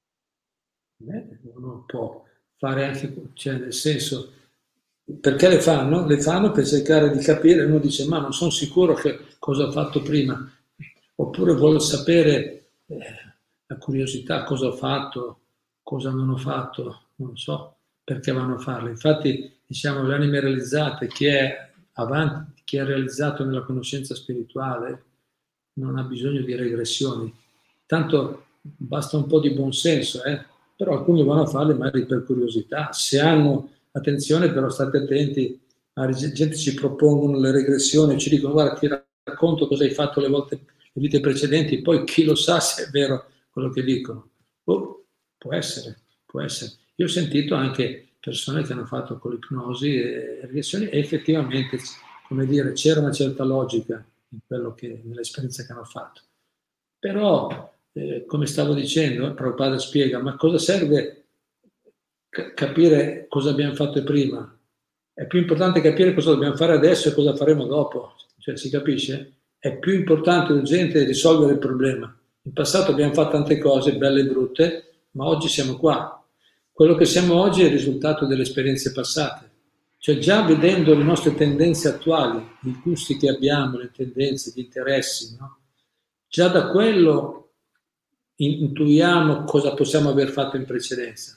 Beh, uno può fare anche, cioè nel senso, perché le fanno? Le fanno per cercare di capire, uno dice ma non sono sicuro che cosa ho fatto prima, oppure vuole sapere eh, la curiosità, cosa ho fatto, cosa non ho fatto, non so perché vanno a farlo. Infatti diciamo le anime realizzate, chi è avanti, chi è realizzato nella conoscenza spirituale non ha bisogno di regressioni, tanto basta un po' di buonsenso, eh? Però alcuni vanno a farle magari per curiosità, se hanno attenzione, però state attenti, la gente ci propongono le regressioni, ci dicono guarda ti racconto cosa hai fatto le volte, le vite precedenti, poi chi lo sa se è vero quello che dicono. Oh, può essere, può essere. Io ho sentito anche persone che hanno fatto con l'ipnosi e regressioni e effettivamente, come dire, c'era una certa logica in quello che, nell'esperienza che hanno fatto. Però, eh, come stavo dicendo, Prabhupada spiega, ma cosa serve c- capire cosa abbiamo fatto prima? È più importante capire cosa dobbiamo fare adesso e cosa faremo dopo. Cioè, si capisce? È più importante e urgente risolvere il problema. In passato abbiamo fatto tante cose, belle e brutte, ma oggi siamo qua. Quello che siamo oggi è il risultato delle esperienze passate. Cioè già vedendo le nostre tendenze attuali, i gusti che abbiamo, le tendenze, gli interessi, no? Già da quello intuiamo cosa possiamo aver fatto in precedenza.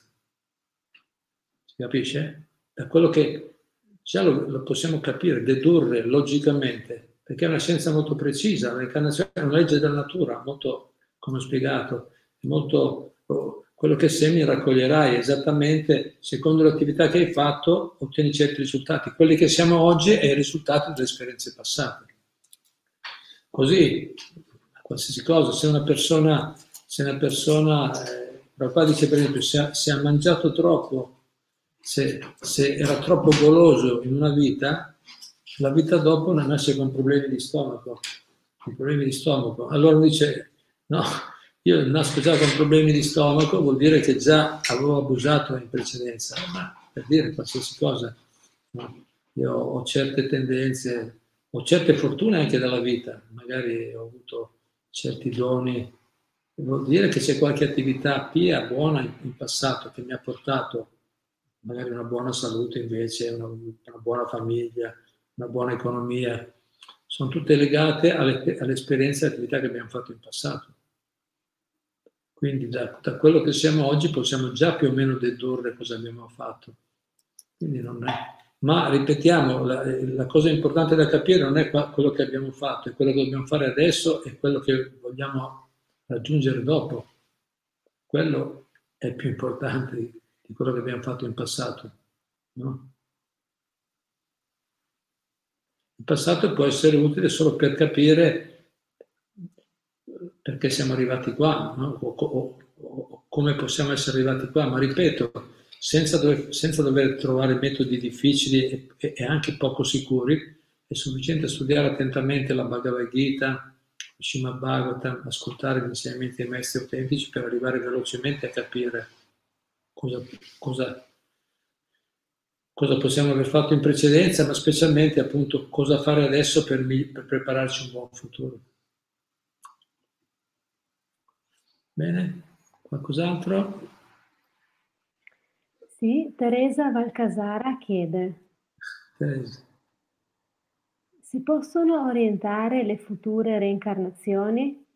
Si capisce? Da quello che già lo, lo possiamo capire, dedurre logicamente, perché è una scienza molto precisa, la reincarnazione è una legge della natura, molto, come ho spiegato, molto oh, quello che semi raccoglierai esattamente secondo l'attività che hai fatto, ottieni certi risultati. Quelli che siamo oggi è il risultato delle esperienze passate. Così, qualsiasi cosa, se una persona, se una persona eh, papà dice per esempio, se ha, se ha mangiato troppo, se, se era troppo goloso in una vita, la vita dopo non nasce con problemi di stomaco, con problemi di stomaco. Allora uno dice, no, io nasco già con problemi di stomaco, vuol dire che già avevo abusato in precedenza, ma per dire qualsiasi cosa, no? Io ho certe tendenze, ho certe fortune anche dalla vita, magari ho avuto certi doni, vuol dire che c'è qualche attività pia, buona in, in passato che mi ha portato magari una buona salute invece, una, una buona famiglia, una buona economia, sono tutte legate alle, alle esperienze e attività che abbiamo fatto in passato. Quindi da, da quello che siamo oggi possiamo già più o meno dedurre cosa abbiamo fatto. Quindi non è... Ma ripetiamo, la, la cosa importante da capire non è qua, quello che abbiamo fatto, è quello che dobbiamo fare adesso e quello che vogliamo raggiungere dopo. Quello è più importante di, di quello che abbiamo fatto in passato. No? Il passato può essere utile solo per capire perché siamo arrivati qua, no? o, o, o come possiamo essere arrivati qua, ma ripeto, senza dover, senza dover trovare metodi difficili e, e, e anche poco sicuri, è sufficiente studiare attentamente la Bhagavad Gita, il Srimad Bhagavatam, ascoltare gli insegnamenti dei maestri autentici per arrivare velocemente a capire cosa, cosa, cosa possiamo aver fatto in precedenza, ma specialmente appunto cosa fare adesso per, per prepararci un buon futuro. Bene, qualcos'altro? Sì, Teresa Valcasara chiede: Teresa. si possono orientare le future reincarnazioni?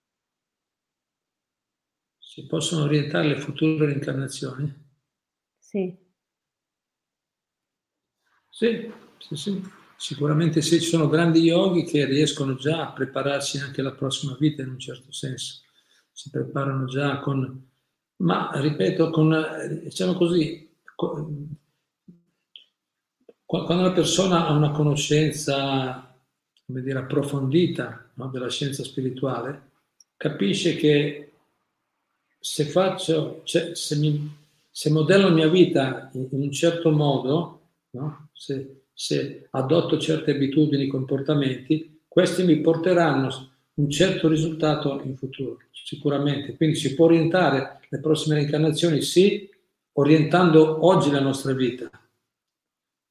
Si possono orientare le future reincarnazioni? Sì. Sì, sì, sì. Sicuramente sì, ci sono grandi yogi che riescono già a prepararsi anche alla prossima vita in un certo senso. Si preparano già con... Ma, ripeto, con, diciamo così, con, quando una persona ha una conoscenza, come dire, approfondita, no, della scienza spirituale, capisce che se faccio, cioè, se, mi, se modello la mia vita in, in un certo modo, no, se, se adotto certe abitudini, comportamenti, questi mi porteranno un certo risultato in futuro, sicuramente. Quindi si può orientare le prossime reincarnazioni, sì, orientando oggi la nostra vita.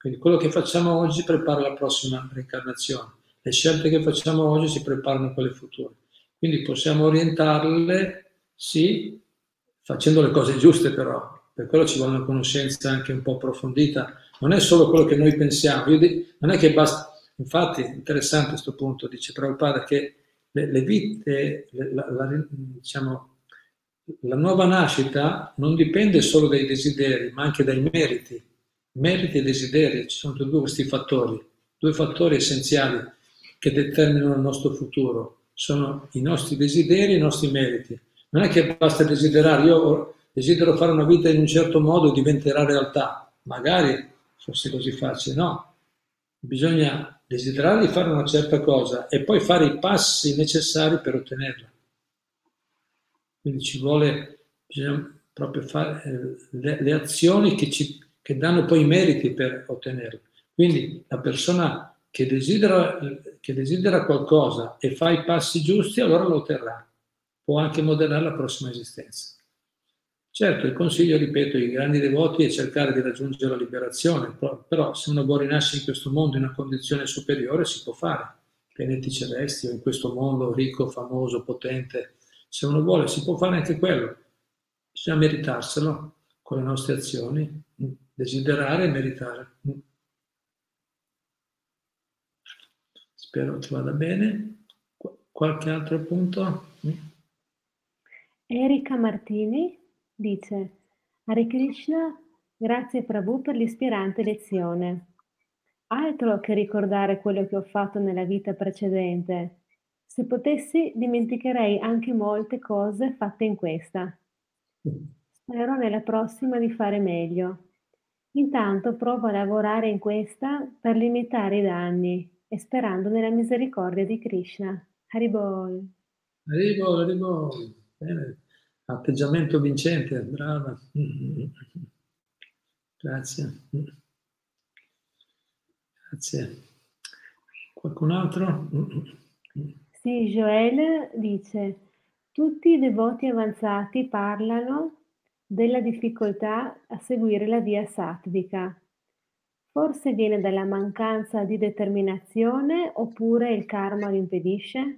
Quindi quello che facciamo oggi prepara la prossima reincarnazione. Le scelte che facciamo oggi si preparano a quelle future. Quindi possiamo orientarle, sì, facendo le cose giuste però. Per quello ci vuole una conoscenza anche un po' approfondita. Non è solo quello che noi pensiamo. Io di, non è che basta... Infatti, interessante questo punto, dice Prabhupada, che le, le vite, le, la, la, diciamo, la nuova nascita non dipende solo dai desideri, ma anche dai meriti. Meriti e desideri, ci sono due questi fattori, due fattori essenziali che determinano il nostro futuro. Sono i nostri desideri e i nostri meriti. Non è che basta desiderare, io desidero fare una vita in un certo modo e diventerà realtà. Magari fosse così facile, no. Bisogna desiderare di fare una certa cosa e poi fare i passi necessari per ottenerla. Quindi ci vuole, bisogna proprio fare eh, le, le azioni che, ci, che danno poi i meriti per ottenerlo. Quindi la persona che desidera, che desidera qualcosa e fa i passi giusti, allora lo otterrà. Può anche modellare la prossima esistenza. Certo, il consiglio, ripeto, ai grandi devoti è cercare di raggiungere la liberazione, però se uno vuole rinascere in questo mondo in una condizione superiore si può fare, pianeti celesti o in questo mondo ricco, famoso, potente, se uno vuole si può fare anche quello, bisogna meritarselo con le nostre azioni, desiderare e meritare. Spero che vada bene. Qualche altro punto? Erika Martini dice: Hare Krishna, grazie Prabhu per l'ispirante lezione. Altro che ricordare quello che ho fatto nella vita precedente. Se potessi, dimenticherei anche molte cose fatte in questa. Spero nella prossima di fare meglio. Intanto provo a lavorare in questa per limitare i danni e sperando nella misericordia di Krishna. Haribol. Haribol, Haribol. Bene. Atteggiamento vincente, brava. Grazie. Grazie. Qualcun altro? Sì, Joel dice: tutti i devoti avanzati parlano della difficoltà a seguire la via sattvica. Forse viene dalla mancanza di determinazione oppure il karma lo impedisce?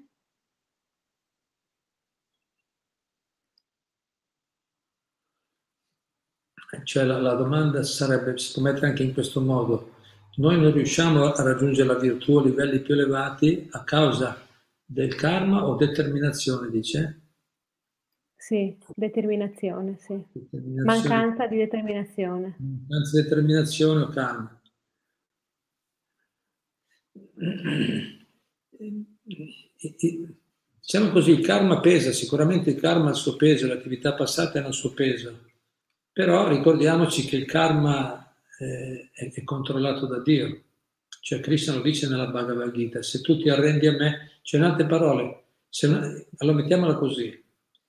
Cioè la, la domanda sarebbe, si può mettere anche in questo modo: noi non riusciamo a raggiungere la virtù a livelli più elevati a causa del karma o determinazione, dice? Sì, determinazione, sì. Determinazione. Mancanza di determinazione. Mancanza di determinazione o karma. Diciamo così, il karma pesa, sicuramente il karma ha il suo peso, le attività passate hanno il suo peso, però ricordiamoci che il karma eh, è, è controllato da Dio, cioè Krishna lo dice nella Bhagavad Gita: se tu ti arrendi a me, cioè in altre parole, se, allora mettiamola così,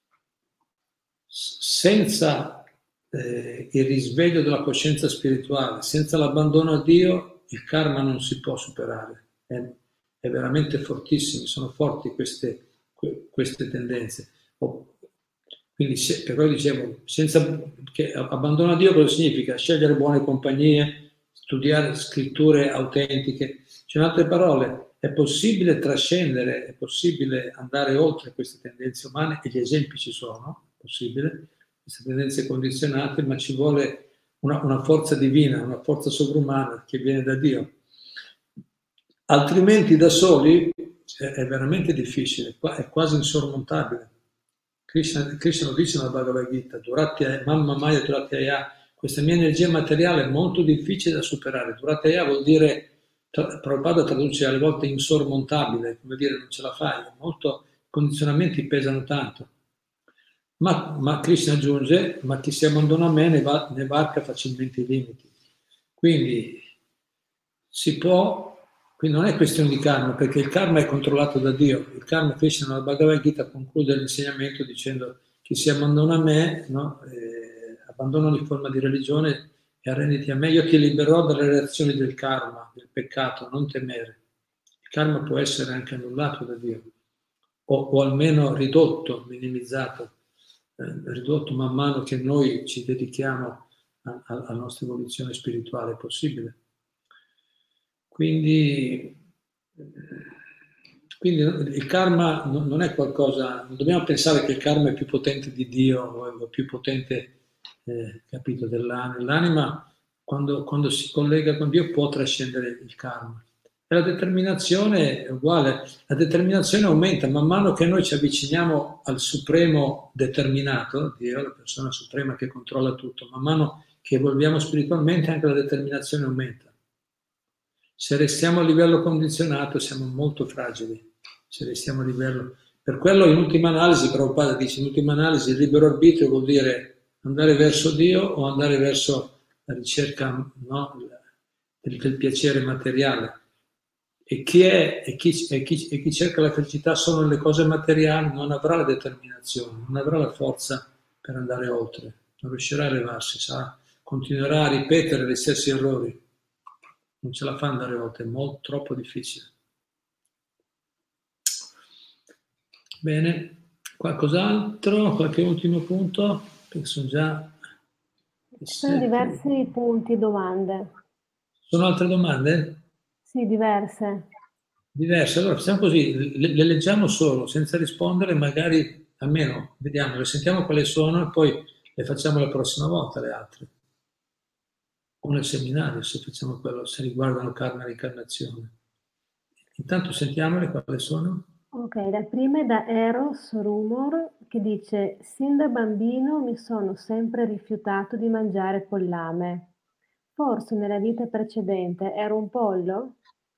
senza eh, il risveglio della coscienza spirituale, senza l'abbandono a Dio, il karma non si può superare, è, è veramente fortissimo, sono forti queste queste tendenze. Quindi, se, per quello dicevo, senza che abbandono a Dio cosa significa? Scegliere buone compagnie, studiare scritture autentiche. Cioè, in altre parole, è possibile trascendere, è possibile andare oltre queste tendenze umane, e gli esempi ci sono, è possibile, queste tendenze condizionate, ma ci vuole una, una forza divina, una forza sovrumana che viene da Dio. Altrimenti da soli è veramente difficile, è quasi insormontabile. Krishna, Krishna lo dice nella Bhagavad Gita: Duratya, Mamma Maya Duratya, questa mia energia materiale è molto difficile da superare. Duratya vuol dire, Prabhupada traduce alle volte insormontabile, come dire non ce la fai, molto, i condizionamenti pesano tanto. Ma, ma Krishna aggiunge: ma chi si abbandona a me ne, va, ne varca facilmente i limiti. Quindi si può. Quindi non è questione di karma, perché il karma è controllato da Dio. Il karma, Krishna nella Bhagavad Gita conclude l'insegnamento dicendo: chi si abbandona a me, no? eh, abbandona ogni forma di religione e arrenditi a me, io ti libererò dalle reazioni del karma, del peccato, non temere. Il karma può essere anche annullato da Dio, o, o almeno ridotto, minimizzato, eh, ridotto man mano che noi ci dedichiamo alla nostra evoluzione spirituale, è possibile. Quindi, quindi il karma non è qualcosa, non dobbiamo pensare che il karma è più potente di Dio o è più potente, eh, capito, dell'anima. L'anima, quando, quando si collega con Dio, può trascendere il karma. E la determinazione è uguale, la determinazione aumenta man mano che noi ci avviciniamo al supremo determinato, Dio, la persona suprema che controlla tutto, man mano che evolviamo spiritualmente anche la determinazione aumenta. Se restiamo a livello condizionato siamo molto fragili, se restiamo a livello... Per quello in ultima analisi, Prabhupada dice, in ultima analisi il libero arbitrio vuol dire andare verso Dio o andare verso la ricerca, no, del, del piacere materiale. E chi, è, e, chi, e, chi, e chi cerca la felicità solo nelle cose materiali non avrà la determinazione, non avrà la forza per andare oltre, non riuscirà a levarsi, sa? Continuerà a ripetere gli stessi errori. Non ce la fa andare oltre, è molto, troppo difficile. Bene, qualcos'altro? Qualche ultimo punto? Penso già... Ci sono diversi punti, domande. Sono altre domande? Sì, diverse. Diverse, allora facciamo così, le, le leggiamo solo, senza rispondere, magari almeno vediamo, le sentiamo quali sono e poi le facciamo la prossima volta le altre. O nel seminario, se facciamo quello, se riguardano karma e reincarnazione. Intanto sentiamole quali sono. Ok, la prima è da Eros Rumor che dice: sin da bambino mi sono sempre rifiutato di mangiare pollame. Forse nella vita precedente ero un pollo?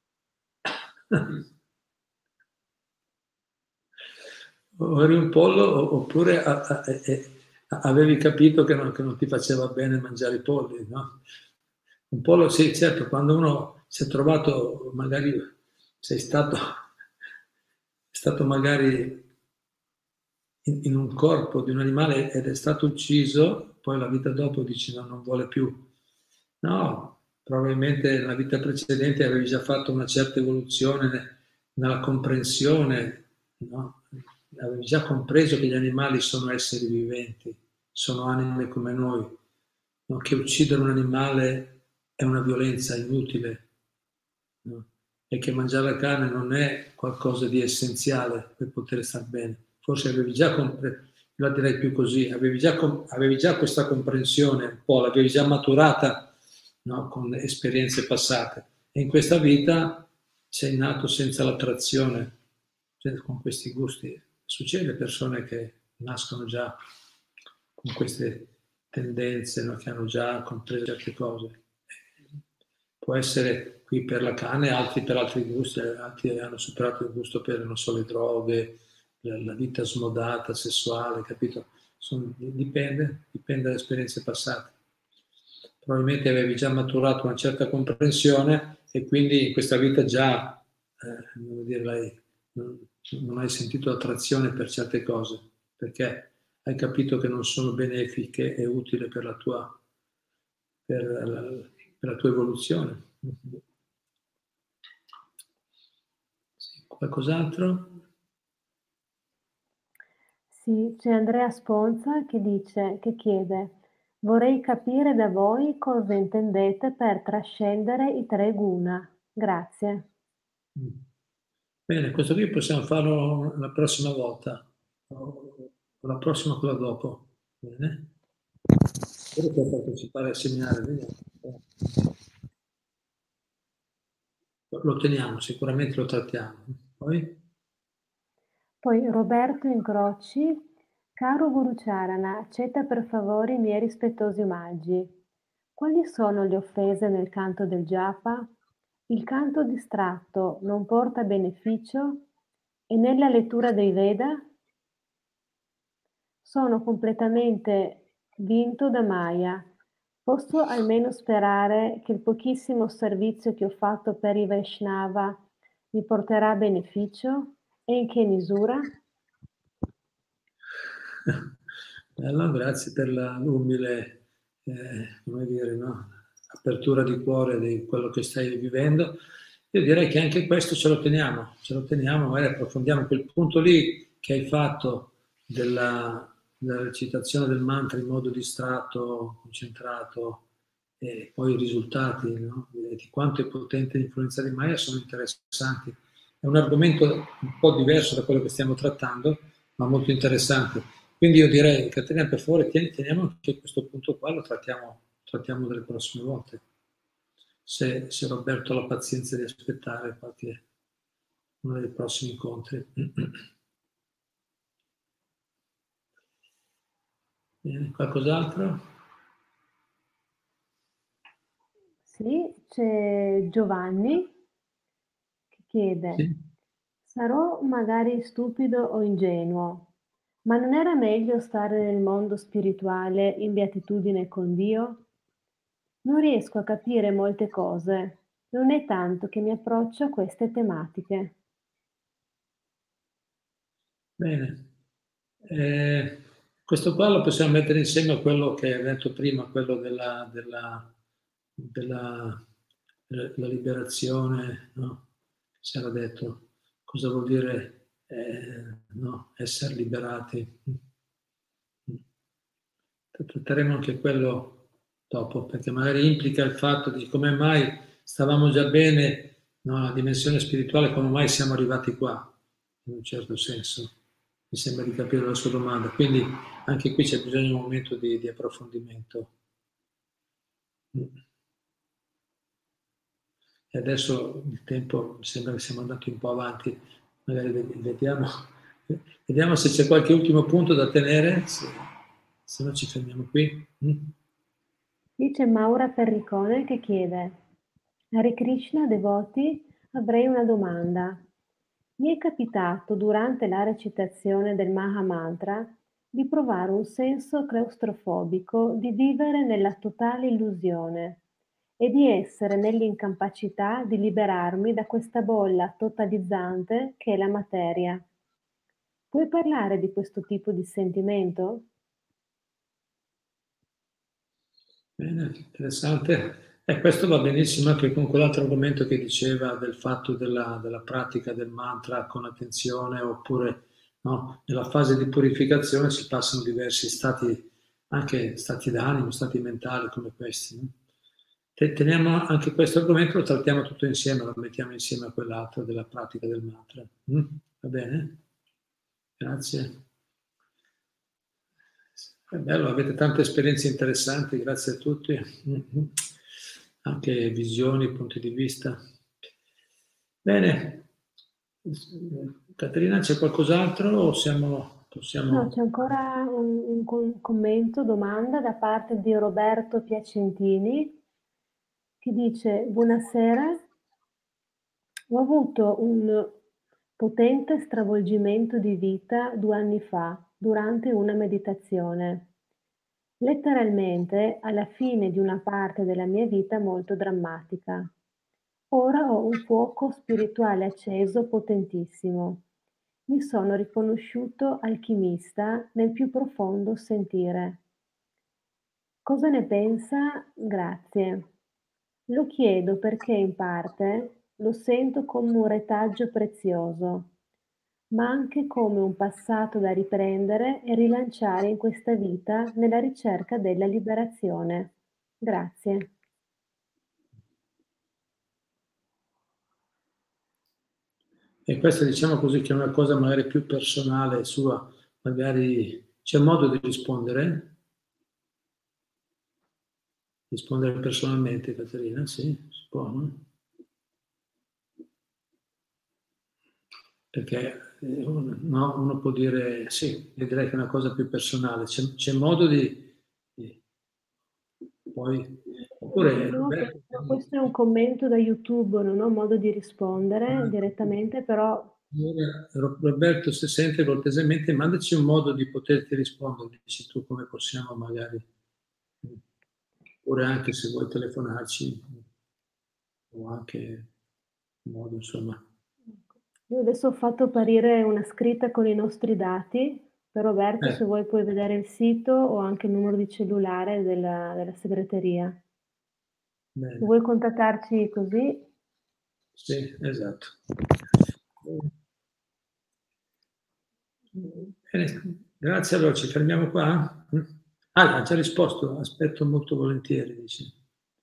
O eri un pollo oppure a, a, a, avevi capito che non, che non ti faceva bene mangiare i polli, no? Un pollo, sì, certo, quando uno si è trovato, magari sei stato, è stato magari in, in un corpo di un animale ed è stato ucciso, poi la vita dopo dici no, non vuole più. No, probabilmente nella vita precedente avevi già fatto una certa evoluzione nella comprensione, no? Avevi già compreso che gli animali sono esseri viventi, sono anime come noi, no? Che uccidere un animale è una violenza inutile, no? E che mangiare la carne non è qualcosa di essenziale per poter star bene. Forse avevi già compreso, la direi più così, avevi già, avevi già questa comprensione un po', l'avevi già maturata, no? Con esperienze passate. E in questa vita sei nato senza l'attrazione, con questi gusti. Succede a persone che nascono già con queste tendenze, no? Che hanno già compreso certe cose. Può essere qui per la carne, altri per altri gusti, altri hanno superato il gusto per, non so, le droghe, la, la vita smodata, sessuale, capito? Sono, dipende, dipende dalle esperienze passate. Probabilmente avevi già maturato una certa comprensione e quindi in questa vita già, eh, devo dire, non, non hai sentito attrazione per certe cose, perché hai capito che non sono benefiche e utili per la tua, per la, per la tua evoluzione. Sì, qualcos'altro? Sì, c'è Andrea Sponza che dice, che chiede: vorrei capire da voi cosa intendete per trascendere i tre guna. Grazie. Bene, questo qui possiamo farlo la prossima volta, o la prossima quella dopo. Bene? Spero per partecipare al seminario, vediamo. Lo teniamo, sicuramente lo trattiamo. Poi? Poi Roberto Incroci: caro Guru Charana, accetta per favore i miei rispettosi omaggi. Quali sono le offese nel canto del japa? Il canto distratto non porta beneficio? E nella lettura dei Veda? Sono completamente vinto da Maya. Posso almeno sperare che il pochissimo servizio che ho fatto per i Vaishnava mi porterà beneficio? E in che misura? Bello, grazie per la umile, eh, come dire, no? Apertura di cuore di quello che stai vivendo. Io direi che anche questo ce lo teniamo, ce lo teniamo, magari approfondiamo quel punto lì che hai fatto della, della recitazione del mantra in modo distratto, concentrato e poi i risultati, no? Di quanto è potente l'influenza di Maya sono interessanti. È un argomento un po' diverso da quello che stiamo trattando, ma molto interessante. Quindi io direi, Caterina, per favore, teniamo anche questo punto qua, lo trattiamo, trattiamo delle prossime volte. Se, se Roberto ha la pazienza di aspettare qualche uno dei prossimi incontri. Bene, qualcos'altro? Sì, c'è Giovanni che chiede, Sì. sarò magari stupido o ingenuo, ma non era meglio stare nel mondo spirituale in beatitudine con Dio? Non riesco a capire molte cose, non è tanto che mi approccio a queste tematiche. Bene. Eh, questo qua lo possiamo mettere insieme a quello che hai detto prima, quello della, della, della la liberazione, no? Si era detto cosa vuol dire eh, no? Essere liberati. Tratteremo anche quello dopo, perché magari implica il fatto di come mai stavamo già bene, no, alla dimensione spirituale, come mai siamo arrivati qua, in un certo senso. Mi sembra di capire la sua domanda. Quindi anche qui c'è bisogno di un momento di, di approfondimento. E adesso il tempo mi sembra che siamo andati un po' avanti, magari vediamo, vediamo se c'è qualche ultimo punto da tenere, se, se no ci fermiamo qui. Dice Maura Perricone che chiede, Hare Krishna devoti, avrei una domanda. Mi è capitato durante la recitazione del Maha Mantra di provare un senso claustrofobico di vivere nella totale illusione e di essere nell'incapacità di liberarmi da questa bolla totalizzante che è la materia. Puoi parlare di questo tipo di sentimento? Bene, interessante. E questo va benissimo anche con quell'altro argomento che diceva del fatto della, della pratica del mantra con attenzione, oppure no, nella fase di purificazione si passano diversi stati, anche stati d'animo, stati mentali come questi. No? Teniamo anche questo argomento, lo trattiamo tutto insieme, lo mettiamo insieme a quell'altro della pratica del mantra. Mm? Va bene? Grazie. È bello, avete tante esperienze interessanti, grazie a tutti, anche visioni, punti di vista. Bene, Caterina, c'è qualcos'altro o siamo, No, possiamo... c'è ancora un, un com- commento, domanda da parte di Roberto Piacentini che dice: Buonasera, ho avuto un potente stravolgimento di vita due anni fa durante una meditazione. Letteralmente alla fine di una parte della mia vita molto drammatica. Ora ho un fuoco spirituale acceso potentissimo. Mi sono riconosciuto alchimista nel più profondo sentire. Cosa ne pensa? Grazie. Lo chiedo perché in parte lo sento come un retaggio prezioso, ma anche come un passato da riprendere e rilanciare in questa vita nella ricerca della liberazione. Grazie. E questa diciamo così che è una cosa magari più personale sua, magari c'è modo di rispondere? Rispondere personalmente, Caterina? Sì, si può, no? Perché eh, uno, no, uno può dire sì, io direi che è una cosa più personale, c'è, c'è modo di, di poi, oppure No, Roberto, no, questo è un commento da YouTube, non ho modo di rispondere direttamente, però Roberto, se sente cortesemente, mandaci un modo di poterti rispondere, dici tu come possiamo magari, oppure anche se vuoi telefonarci, o anche un modo, insomma. io adesso ho fatto apparire una scritta con i nostri dati. Per Roberto, Eh, se vuoi puoi vedere il sito o anche il numero di cellulare della, della segreteria. Se bene, vuoi contattarci così, sì, esatto. Bene, grazie, allora ci fermiamo qua. Ah, ha già risposto, aspetto molto volentieri, dice.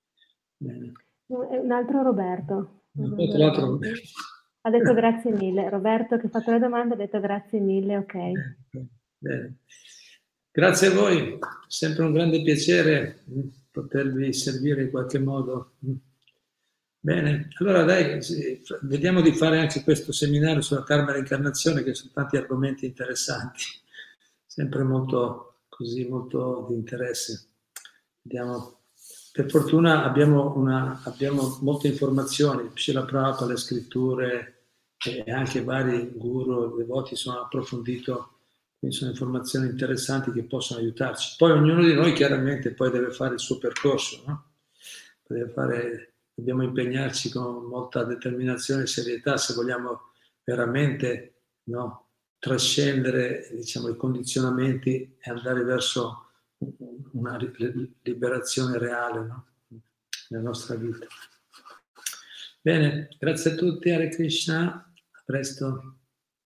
Bene. No, è un altro Roberto. Tra l'altro, Ha detto grazie mille. Roberto che ha fatto la domanda ha detto grazie mille, ok. Bene, bene. Grazie a voi, sempre un grande piacere potervi servire in qualche modo. Bene, allora dai, vediamo di fare anche questo seminario sulla karma e reincarnazione, che sono tanti argomenti interessanti, sempre molto così, molto di interesse. Vediamo. Per fortuna abbiamo, una, abbiamo molte informazioni, Srila Prabhupada, le scritture e anche vari guru, devoti sono approfondito, quindi sono informazioni interessanti che possono aiutarci. Poi ognuno di noi chiaramente poi deve fare il suo percorso, no? Deve fare, dobbiamo impegnarci con molta determinazione e serietà se vogliamo veramente, no, trascendere, diciamo, i condizionamenti e andare verso una liberazione reale, no? Nella nostra vita. Bene, grazie a tutti, Hare Krishna, a presto.